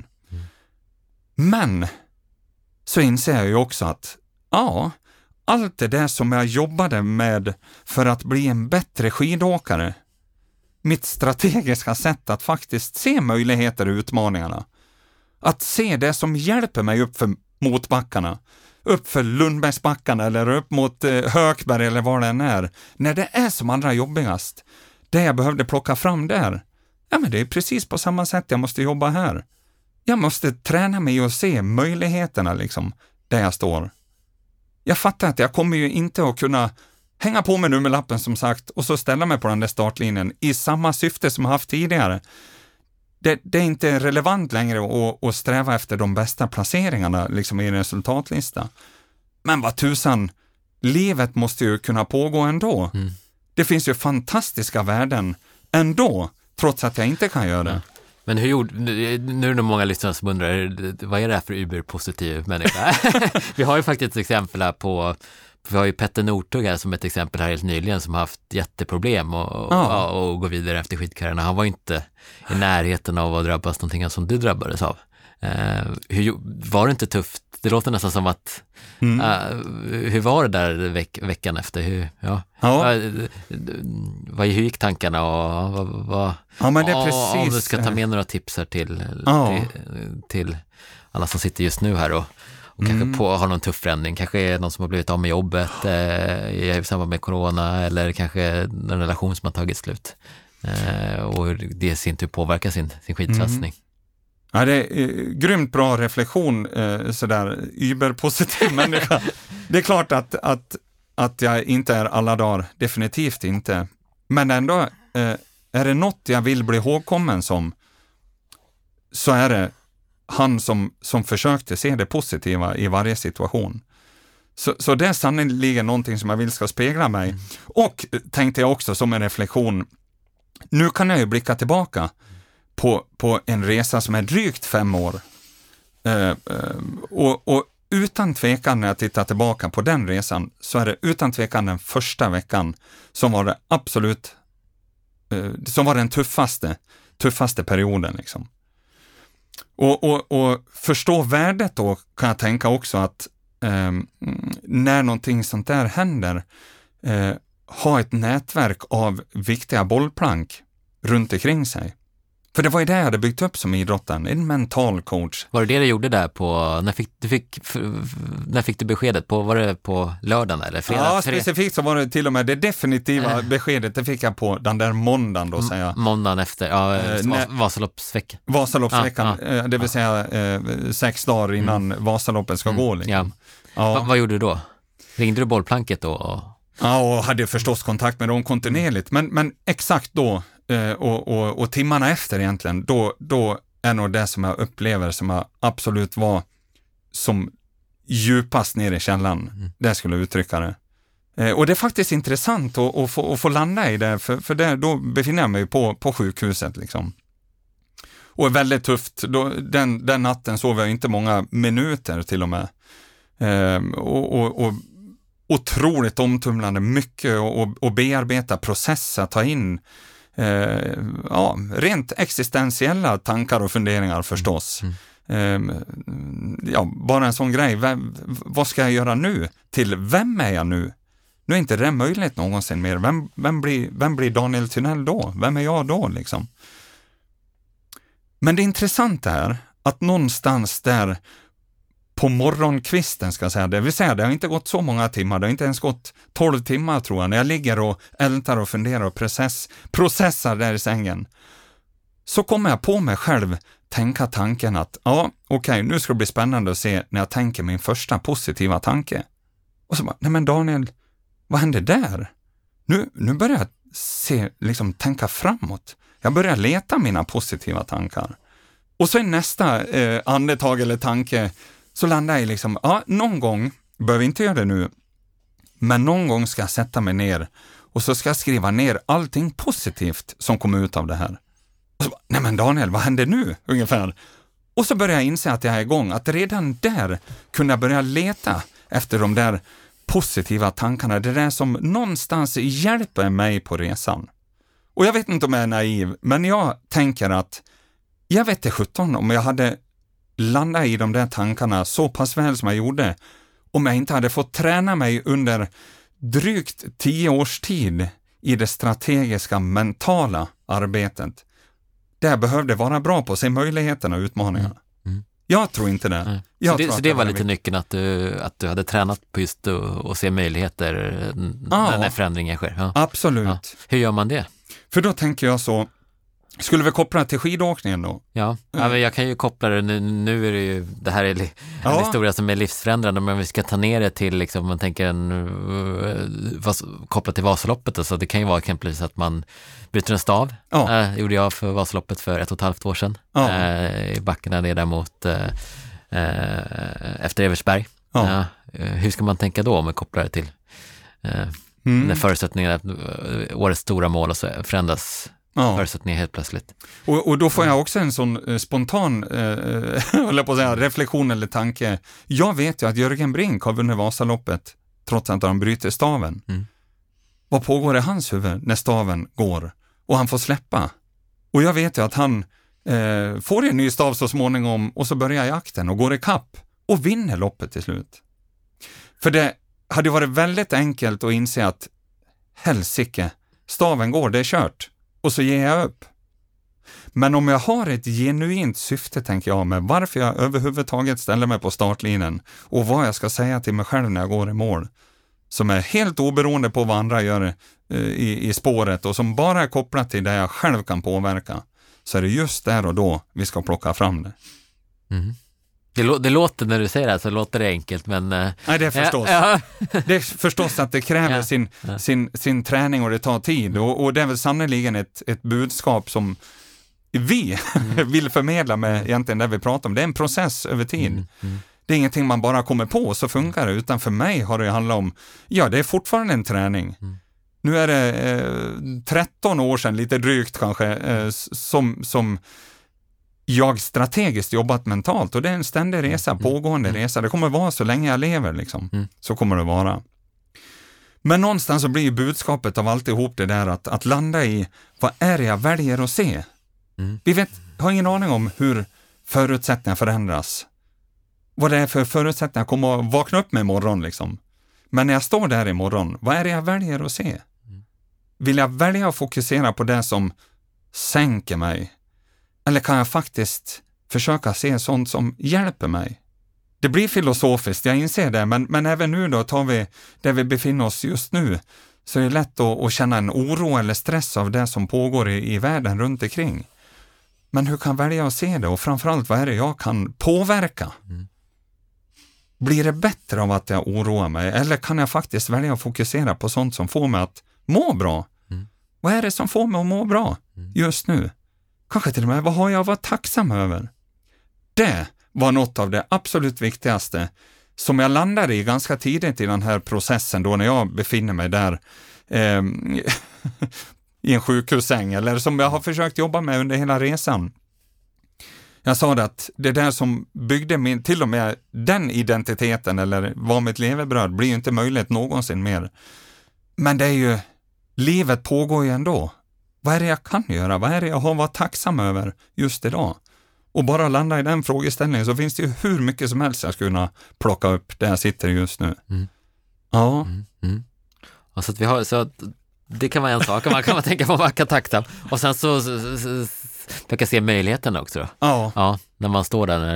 Men så inser jag ju också att allt det där som jag jobbade med för att bli en bättre skidåkare, mitt strategiska sätt att faktiskt se möjligheter och utmaningarna, att se det som hjälper mig upp för motbackarna, upp för Lundbergsbackarna eller upp mot Hökberg eller vad det än är, när det är som allra jobbigast, det jag behövde plocka fram där, men det är precis på samma sätt jag måste jobba här. Jag måste träna mig och se möjligheterna liksom, där jag står. Jag fattar att jag kommer ju inte att kunna hänga på med nummerlappen som sagt och så ställa mig på den där startlinjen i samma syfte som jag haft tidigare. Det är inte relevant längre att sträva efter de bästa placeringarna liksom i en resultatlista. Men vad tusan, livet måste ju kunna pågå ändå. Det finns ju fantastiska värden ändå, trots att jag inte kan göra det. Men nu är det nog många lyssnare som undrar, vad är det här för uberpositiv människa? Vi har ju faktiskt ett exempel här vi har ju Petter Northug här som ett exempel här helt nyligen, som har haft jätteproblem och gå vidare efter skidkarriären. Han var inte i närheten av att drabbas någonting som du drabbades av. Var det inte tufft? Det låter nästan som att hur var det där veckan efter? Hur gick tankarna men det är precis, om du ska ta med några tips här till alla som sitter just nu här och kanske har någon tuff förändring, kanske är någon som har blivit av med jobbet i samband med corona, eller kanske en relation som har tagit slut och det i sin tur påverkar sin skidsatsning. Ja, det är grymt bra reflektion, sådär überpositiv människa. Det är klart att jag inte är alla dagar, definitivt inte. Men ändå, är det något jag vill bli ihågkommen som, så är det han som försökte se det positiva i varje situation. Så det är sannolikt någonting som jag vill ska spegla mig. Och tänkte jag också som en reflektion, nu kan jag ju blicka tillbaka på en resa som är drygt 5 år. Och utan tvekan när jag tittar tillbaka på den resan, så är det utan tvekan den första veckan som var det absolut som var den tuffaste perioden liksom. Och förstå värdet då kan jag tänka också att när någonting sånt där händer, ha ett nätverk av viktiga bollplank runt omkring sig. För det var ju det jag hade byggt upp som idrotten, en mental coach. Var det du gjorde där på, när fick du beskedet på, var det på lördagen eller fredag? Ja, specifikt så var det till och med det definitiva beskedet, det fick jag på den där måndagen då, säger jag. Måndagen efter, Vasaloppsveckan. Vasaloppsveckan, det vill säga 6 dagar innan Vasaloppet ska gå. Liksom. Ja. Vad gjorde du då? Ringde du bollplanket då? Ja, och hade förstås kontakt med dem kontinuerligt, men exakt då och timmarna efter egentligen, då är nog det som jag upplever som jag absolut var som djupast ner i källan, det skulle jag uttrycka det. Och det är faktiskt intressant att få landa i det, för det, då befinner jag mig på sjukhuset liksom. Och är väldigt tufft, den natten sov jag inte många minuter till och med. Och otroligt omtumlande, mycket och bearbeta, processa, ta in rent existentiella tankar och funderingar förstås. Bara en sån grej, vad ska jag göra nu? Till vem är jag nu? Nu är inte det möjligt någonsin mer. Vem blir Daniel Thunell då? Vem är jag då liksom? Men det intressanta är att någonstans där på morgonkvisten ska jag säga, det vill säga det har inte gått så många timmar, det har inte ens gått 12 timmar tror jag, när jag ligger och ältar och funderar och processar där i sängen, så kommer jag på mig själv tänka tanken att nu ska det bli spännande att se när jag tänker min första positiva tanke. Och så bara, nej men Daniel, vad hände där? Nu börjar jag tänka framåt. Jag börjar leta mina positiva tankar. Och så i nästa andetag eller tanke så landar jag liksom, någon gång, behöver inte göra det nu, men någon gång ska jag sätta mig ner och så ska jag skriva ner allting positivt som kommer ut av det här. Och så bara, nej men Daniel, vad händer nu? Ungefär. Och så börjar jag inse att jag är igång, att redan där kunde jag börja leta efter de där positiva tankarna, det där som någonstans hjälper mig på resan. Och jag vet inte om jag är naiv, men jag tänker att jag vet inte 17 om jag hade landat i de där tankarna så pass väl som jag gjorde, om jag inte hade fått träna mig under drygt 10 års tid i det strategiska mentala arbetet. Där jag behövde vara bra på att se möjligheterna och utmaningarna. Jag tror inte det. Så det var lite nyckeln att du hade tränat på just att se möjligheter när förändringen sker. Ja. Absolut. Ja. Hur gör man det? För då tänker jag så, skulle vi koppla till skidåkningen då? Ja, men jag kan ju koppla det, nu är det ju, det här är en historia som är livsförändrande, men vi ska ta ner det till, liksom, man tänker kopplat till Vasaloppet, så det kan ju vara exempelvis att man bryter en stav. Gjorde jag för Vasaloppet för 1,5 år sedan. I backarna ner mot efter Eversberg. Hur ska man tänka då om man kopplar det till när förutsättningarna, årets stora mål, och så förändras förutsättningar helt plötsligt. Och då får jag också en sån spontan reflektion eller tanke. Jag vet ju att Jörgen Brink har vunnit Vasaloppet trots att han bryter staven. Vad pågår i hans huvud när staven går och han får släppa? Och jag vet ju att han får en ny stav så småningom, och så börjar jakten och går i kapp och vinner loppet till slut. För det hade varit väldigt enkelt att inse att helsike, staven går, det är kört. Och så ger jag upp. Men om jag har ett genuint syfte, tänker jag, med varför jag överhuvudtaget ställer mig på startlinjen och vad jag ska säga till mig själv när jag går i mål, som är helt oberoende på vad andra gör i spåret och som bara är kopplat till det jag själv kan påverka, så är det just där och då vi ska plocka fram det. Det låter, när du säger det, så låter det enkelt, men... Nej, det är förstås. Det är förstås att det kräver sin träning och det tar tid. Och det är väl sannoliken ett budskap som vi vill förmedla med egentligen det vi pratar om. Det är en process över tid. Det är ingenting man bara kommer på och så funkar det, utan för mig har det handlat om, det är fortfarande en träning. Nu är det 13 år sedan, lite drygt kanske, som jag strategiskt jobbat mentalt, och det är en ständig resa, pågående resa. Det kommer vara så länge jag lever liksom. Så kommer det vara. Men någonstans så blir ju budskapet av alltihop det där att landa i vad är det jag väljer att se. Vi har ingen aning om hur förutsättningar förändras. Vad det är för förutsättningar kommer att vakna upp med imorgon liksom. Men när jag står där imorgon, vad är det jag väljer att se? Vill jag välja att fokusera på det som sänker mig? Eller kan jag faktiskt försöka se sånt som hjälper mig? Det blir filosofiskt, jag inser det, men även nu då tar vi där vi befinner oss just nu, så är det lätt att känna en oro eller stress av det som pågår i världen runt omkring. Men hur kan jag välja att se det? Och framförallt, vad är det jag kan påverka? Blir det bättre av att jag oroar mig? Eller kan jag faktiskt välja att fokusera på sånt som får mig att må bra? Vad är det som får mig att må bra just nu? Kanske till och med, vad har jag varit tacksam över? Det var något av det absolut viktigaste som jag landade i ganska tidigt i den här processen då när jag befinner mig där i en sjukhussäng, eller som jag har försökt jobba med under hela resan. Jag sa det att det där som byggde till och med den identiteten eller var mitt levebröd blir ju inte möjligt någonsin mer. Men det är ju, livet pågår ju ändå. Vad är det jag kan göra? Vad är det jag har varit tacksam över just idag? Och bara landa i den frågeställningen så finns det ju hur mycket som helst jag skulle kunna plocka upp där jag sitter just nu. Ja. Och så att vi har, så att det kan vara en sak, man kan tänka på vad man kan tacksam. Och sen så försöka se möjligheten också då. Ja, när man står där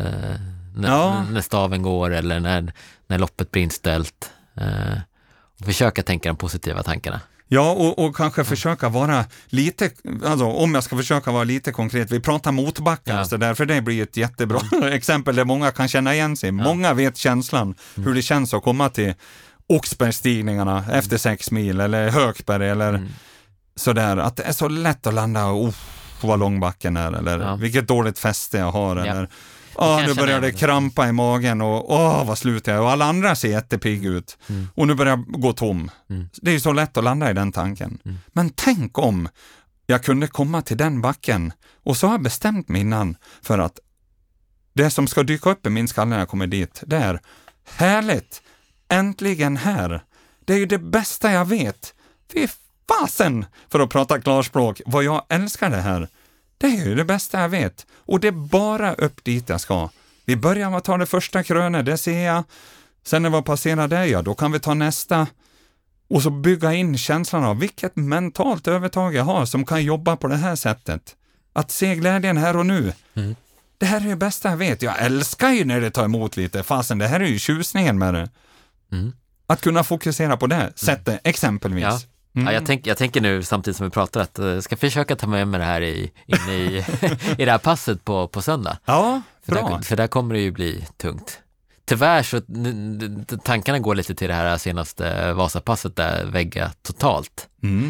när staven går eller när loppet blir inställt. Och försöka tänka de positiva tankarna. Ja, och kanske försöka vara lite, alltså om jag ska försöka vara lite konkret, vi pratar motbackar och så där, för det blir ett jättebra exempel där många kan känna igen sig. Många vet känslan, hur det känns att komma till Oxbergstigningarna efter 6 mil eller Hökberg eller sådär, att det är så lätt att landa och vad lång backen är eller vilket dåligt fäste jag har eller nu börjar det krampa i magen och vad slut jag är och alla andra ser jättepigg ut och nu börjar jag gå tom. Det är ju så lätt att landa i den tanken. Men tänk om jag kunde komma till den backen och så har jag bestämt mig innan för att det som ska dyka upp i min skalle när jag kommer dit, det är härligt, äntligen här. Det är ju det bästa jag vet. Fy fasen, för att prata klarspråk, vad jag älskar det här. Det är ju det bästa jag vet. Och det är bara upp dit jag ska. Vi börjar med att ta det första krönet, det ser jag. Sen när vi passerar det, då kan vi ta nästa. Och så bygga in känslan av vilket mentalt övertag jag har som kan jobba på det här sättet. Att se glädjen här och nu. Det här är det bästa jag vet. Jag älskar ju när det tar emot lite. Fasen, det här är ju tjusningen med det. Att kunna fokusera på det sättet, exempelvis. Ja, jag tänker nu samtidigt som vi pratar att jag ska försöka ta med mig det här in i det här passet på söndag. Ja, bra. För där kommer det ju bli tungt. Tyvärr så tankarna går lite till det här senaste Vasapasset där vägga totalt.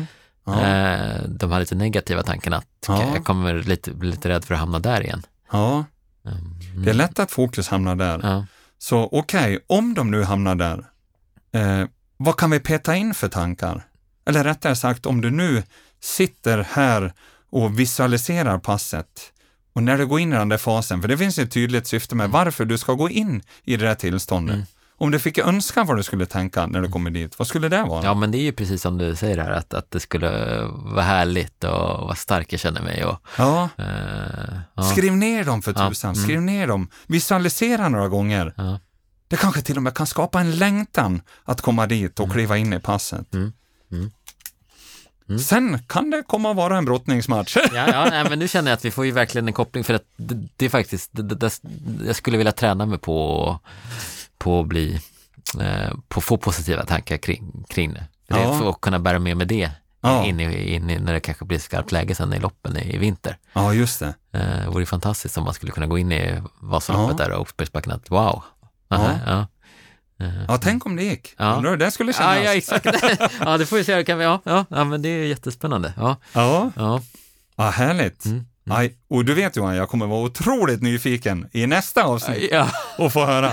De här lite negativa tankarna. Jag kommer bli lite rädd för att hamna där igen. Ja, det är lätt att fokus hamnar där. Så okej, om de nu hamnar där, vad kan vi peta in för tankar? Eller rättare sagt, om du nu sitter här och visualiserar passet och när du går in i den där fasen, för det finns ett tydligt syfte med varför du ska gå in i det där tillståndet. Om du fick önska vad du skulle tänka när du kommer dit, vad skulle det vara? Ja, men det är ju precis som du säger här, att det skulle vara härligt och vad stark jag känner mig. Skriv ner dem för tusan, skriv ner dem. Visualisera några gånger. Det kanske till och med kan skapa en längtan att komma dit och kliva in i passet. Sen kan det komma att vara en brottningsmatch. Nej, men nu känner jag att vi får ju verkligen en koppling för att det är faktiskt, jag skulle vilja träna mig på att bli, på att få positiva tankar kring det. För att kunna bära med mig det in i när det kanske blir skarpt läge sen i loppen i vinter. Ja, just det. Det vore fantastiskt om man skulle kunna gå in i Vasaloppet där och Oxbergsbacken att wow. Ja, tänk om det gick. Undrar hur det skulle kännas. Ja, exakt. Ja, det får vi se. Kan vi, ja, men det är jättespännande. Ja, härligt. Och du vet Johan, jag kommer vara otroligt nyfiken i nästa avsnitt och få höra.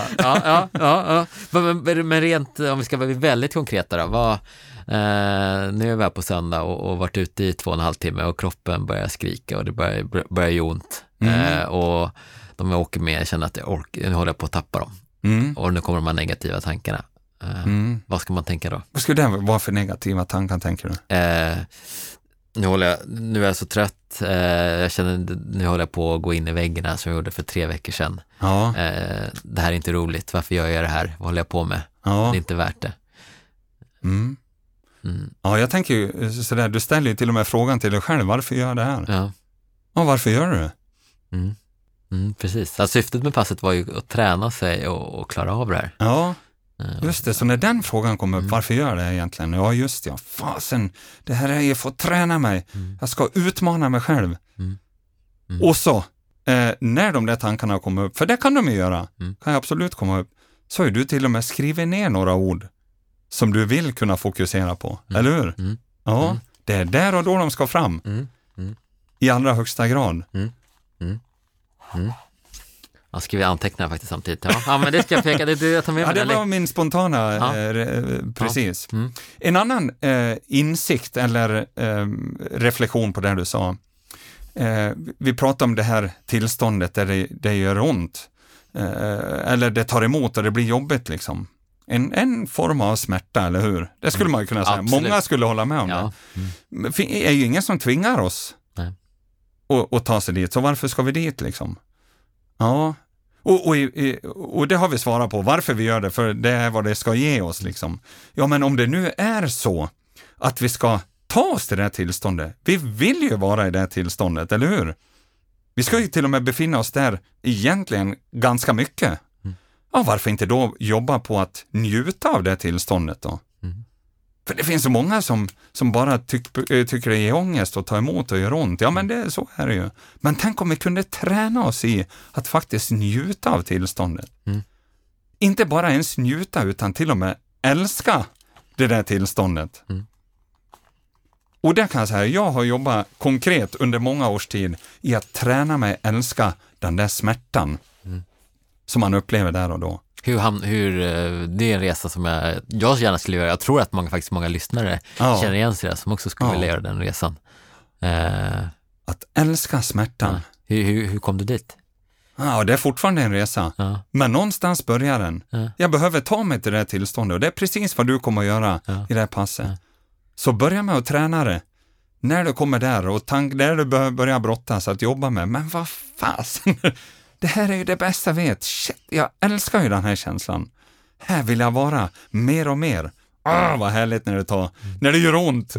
Men rent, om vi ska vara väldigt konkreta då, nu är vi här på söndag och varit ute i 2,5 timmar och kroppen börjar skrika och det börjar göra ont. Och de jag åker med känner att nu håller jag på att tappa dem. Och nu kommer de här negativa tankarna. Vad ska man tänka då? Vad skulle det vara för negativa tankar, tänker du? Nu är jag så trött. Jag känner, nu håller jag på att gå in i väggen här som jag gjorde för 3 veckor sedan. Ja. Det här är inte roligt. Varför gör jag det här? Vad håller jag på med? Ja. Det är inte värt det. Ja, jag tänker ju sådär, du ställer ju till och med frågan till dig själv, varför gör jag det här? Ja. Ja, varför gör du det? Precis. Alltså, syftet med passet var ju att träna sig och klara av det här. Ja, just det. Så när den frågan kommer upp, varför gör jag det egentligen? Ja, just det. Ja, fasen, det här är ju för att träna mig. Jag ska utmana mig själv. Och så, när de där tankarna kommer upp, för det kan de ju göra, kan jag absolut komma upp, så har du till och med skrivit ner några ord som du vill kunna fokusera på, eller hur? Ja, det är där och då de ska fram. I allra högsta grad. Jag skriver anteckningar faktiskt samtidigt. Ja, men det ska jag peka. Jag tar med mig. Ja, det var min spontana, precis. En annan insikt eller reflektion på det du sa. Vi pratar om det här tillståndet där det gör ont. Eller det tar emot och det blir jobbigt liksom. En form av smärta, eller hur? Det skulle man ju kunna säga. Absolut. Många skulle hålla med om det. Det är ju ingen som tvingar oss att ta sig dit. Så varför ska vi dit liksom? Ja. Och det har vi svarat på. Varför vi gör det, för det är vad det ska ge oss liksom. Ja, men om det nu är så att vi ska ta oss till det här tillståndet. Vi vill ju vara i det här tillståndet, eller hur? Vi ska ju till och med befinna oss där egentligen ganska mycket. Ja, varför inte då jobba på att njuta av det tillståndet då? För det finns så många som bara tycker det är ångest att ta emot och gör ont. Ja, men så är det ju. Men tänk om vi kunde träna oss i att faktiskt njuta av tillståndet. Inte bara ens njuta, utan till och med älska det där tillståndet. Och det kan jag säga, jag har jobbat konkret under många års tid i att träna mig älska den där smärtan som man upplever där och då. Det är en resa som jag gärna skulle göra. Jag tror att många lyssnare känner igen sig där, som också skulle vilja göra den resan. Att älska smärtan. Hur kom du dit? Ja, det är fortfarande en resa. Men någonstans börjar den. Jag behöver ta mig till det här tillståndet, och det är precis vad du kommer att göra i det här passet. Så börja med att träna det. När du kommer där och där du börjar brottas att jobba med. Men vad fasen, det här är ju det bästa jag vet. Shit, jag älskar ju den här känslan. Här vill jag vara mer och mer. Vad härligt när det gör ont.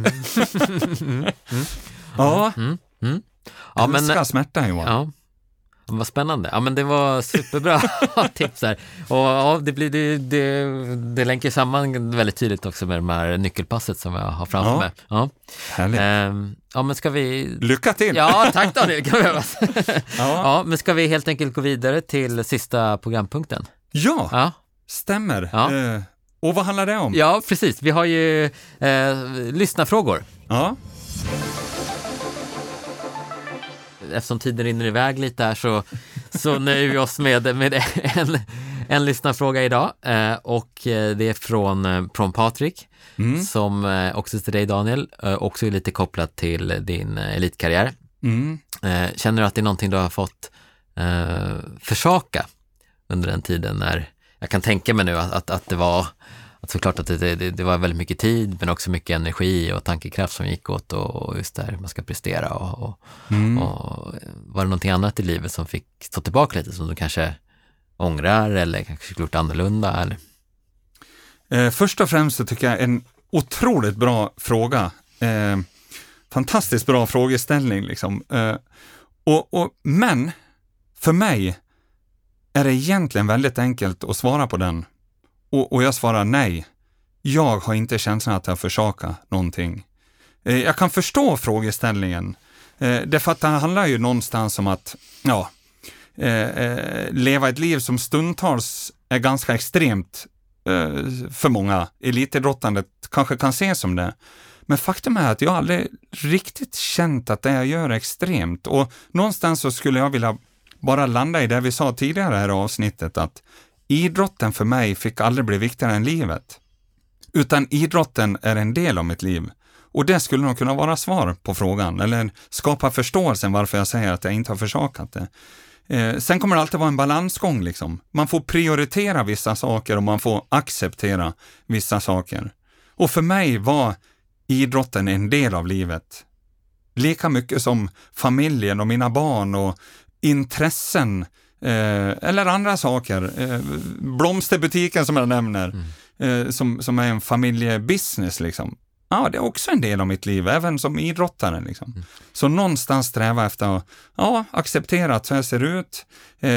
Ja. Älskar smärta, Johan. Ja. Vad spännande. Ja, men det var superbra tips här. Och det länkar samman väldigt tydligt också med de här nyckelpasset som jag har framför mig. Ja. Härligt. Men ska vi... Lycka till! Ja, tack Daniel. Ja, men ska vi helt enkelt gå vidare till sista programpunkten? Ja. Stämmer. Ja. Och vad handlar det om? Ja, precis. Vi har ju lyssnarfrågor. Ja. Eftersom tiden rinner iväg lite här så nöjer vi oss med en lyssnarfråga idag. Och det är från Patrik, som också till dig, Daniel, också är lite kopplat till din elitkarriär. Känner du att det är någonting du har fått försaka under den tiden när, jag kan tänka mig nu att det var, att såklart att det var väldigt mycket tid, men också mycket energi och tankekraft som gick åt, och just där man ska prestera och var det någonting annat i livet som fick stå tillbaka lite, som du kanske ångrar eller kanske skulle gjort annorlunda? Eller? Först och främst så tycker jag en otroligt bra fråga. Fantastiskt bra frågeställning liksom. Men för mig är det egentligen väldigt enkelt att svara på den. Och jag svarar nej. Jag har inte känslan att jag försaka någonting. Jag kan förstå frågeställningen. Därför att det handlar ju någonstans om att leva ett liv som stundtals är ganska extremt för många. Elitidrottandet kanske kan ses som det. Men faktum är att jag aldrig riktigt känt att det jag gör är extremt. Och någonstans så skulle jag vilja bara landa i det vi sa tidigare här i avsnittet, att idrotten för mig fick aldrig bli viktigare än livet. Utan idrotten är en del av mitt liv. Och det skulle nog kunna vara svar på frågan, eller skapa förståelsen varför jag säger att jag inte har försakat det. Sen kommer det alltid vara en balansgång liksom. Man får prioritera vissa saker och man får acceptera vissa saker. Och för mig var idrotten en del av livet. Lika mycket som familjen och mina barn och intressen eller andra saker. Blomsterbutiken som jag nämner, som är en familjebusiness liksom. Ja, det är också en del av mitt liv, även som idrottare liksom. Så någonstans sträva efter att acceptera att så här ser det ut.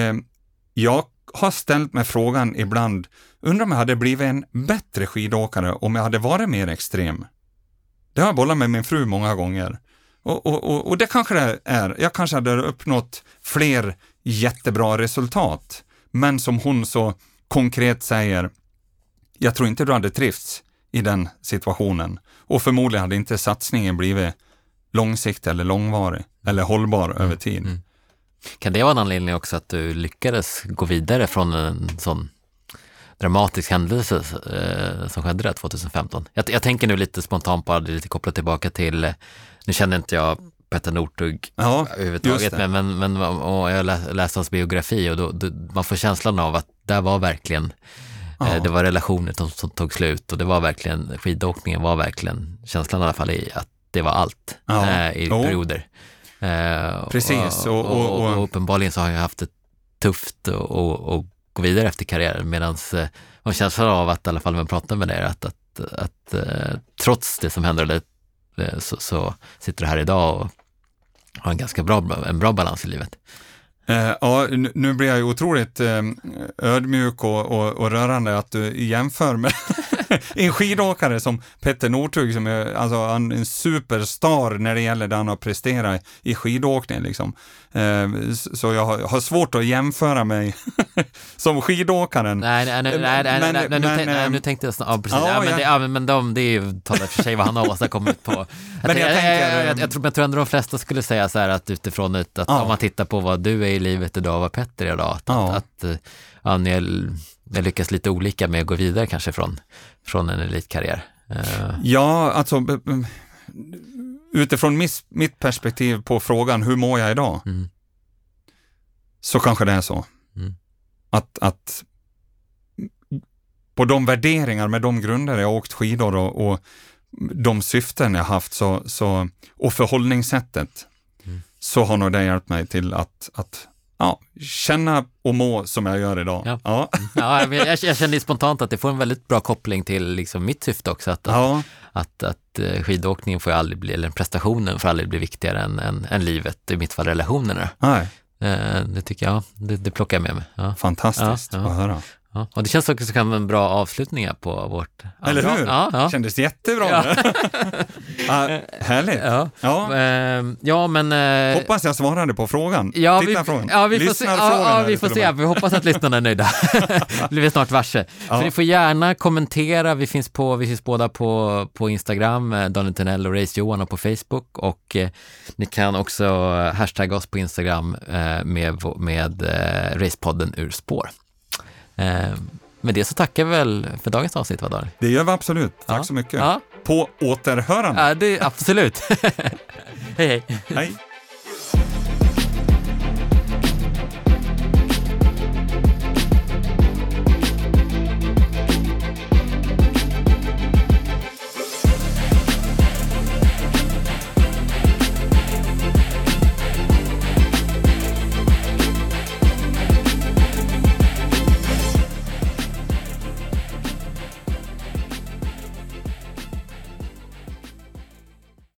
Jag har ställt mig frågan ibland, undrar om jag hade blivit en bättre skidåkare om jag hade varit mer extrem. Det har jag bollat med min fru många gånger. Och det kanske det är. Jag kanske hade uppnått fler jättebra resultat. Men som hon så konkret säger, jag tror inte du hade trivts i den situationen. Och förmodligen hade inte satsningen blivit långsiktig eller långvarig eller hållbar över tid. Kan det vara en anledning också att du lyckades gå vidare från en sån dramatisk händelse som skedde där 2015? Jag tänker nu lite spontant på det, lite kopplat tillbaka till, nu känner inte jag Petter Northug överhuvudtaget, men och jag läste hans biografi och då man får känslan av att där var verkligen det var relationer som tog slut och det var verkligen, skidåkningen var verkligen känslan i alla fall i att det var allt i perioder. Precis. Och uppenbarligen så har jag haft det tufft och gå vidare efter karriären, medan man känslan av att i alla fall när man pratar med dig att trots det som händer så sitter du här idag och har en ganska bra balans i livet. Ja, nu blir jag ju otroligt ödmjuk och rörande att du jämför med en skidåkare som Petter Northug som är alltså en superstar när det gäller det han har presterat i skidåkning liksom. Så jag har svårt att jämföra mig som skidåkaren. Nu tänkte jag snart, precis. Men det är ju talar för sig vad han har åstadkommit på. Jag tror ändå de flesta skulle säga så här att utifrån att om man tittar på vad du är i livet idag och vad Petter är idag, att ni lyckas lite olika med att gå vidare kanske från en elitkarriär. Ja, alltså utifrån mitt perspektiv på frågan hur mår jag idag? Så kanske det är så. Att på de värderingar med de grunder jag åkt skidor och de syften jag haft så och förhållningssättet så har nog det hjälpt mig till att känna och må som jag gör idag. Jag känner spontant att det får en väldigt bra koppling till liksom mitt syfte också. Att skidåkningen får aldrig bli, eller prestationen får aldrig bli viktigare än livet, i mitt fall relationerna. Nej. Det tycker jag, det plockar jag med mig. Ja. Fantastiskt att höra. Ja. Och det känns också som en bra avslutning på vårt... Eller hur? Ja. Kändes jättebra. Härligt. Hoppas jag svarade på frågan. Tittarfrågan. Vi får se. Vi hoppas att lyssnarna är nöjda. Blir vi snart varse. Så ni får gärna kommentera. Vi finns båda på Instagram, Daniel Tenell och Race Johan, och på Facebook. Och ni kan också hashtagga oss på Instagram med Racepodden ur spår. Med det så tackar vi väl för dagens avsnitt, vad? Det gör vi absolut. Tack så mycket. På återhörande. Ja, det absolut. Hej. Hej.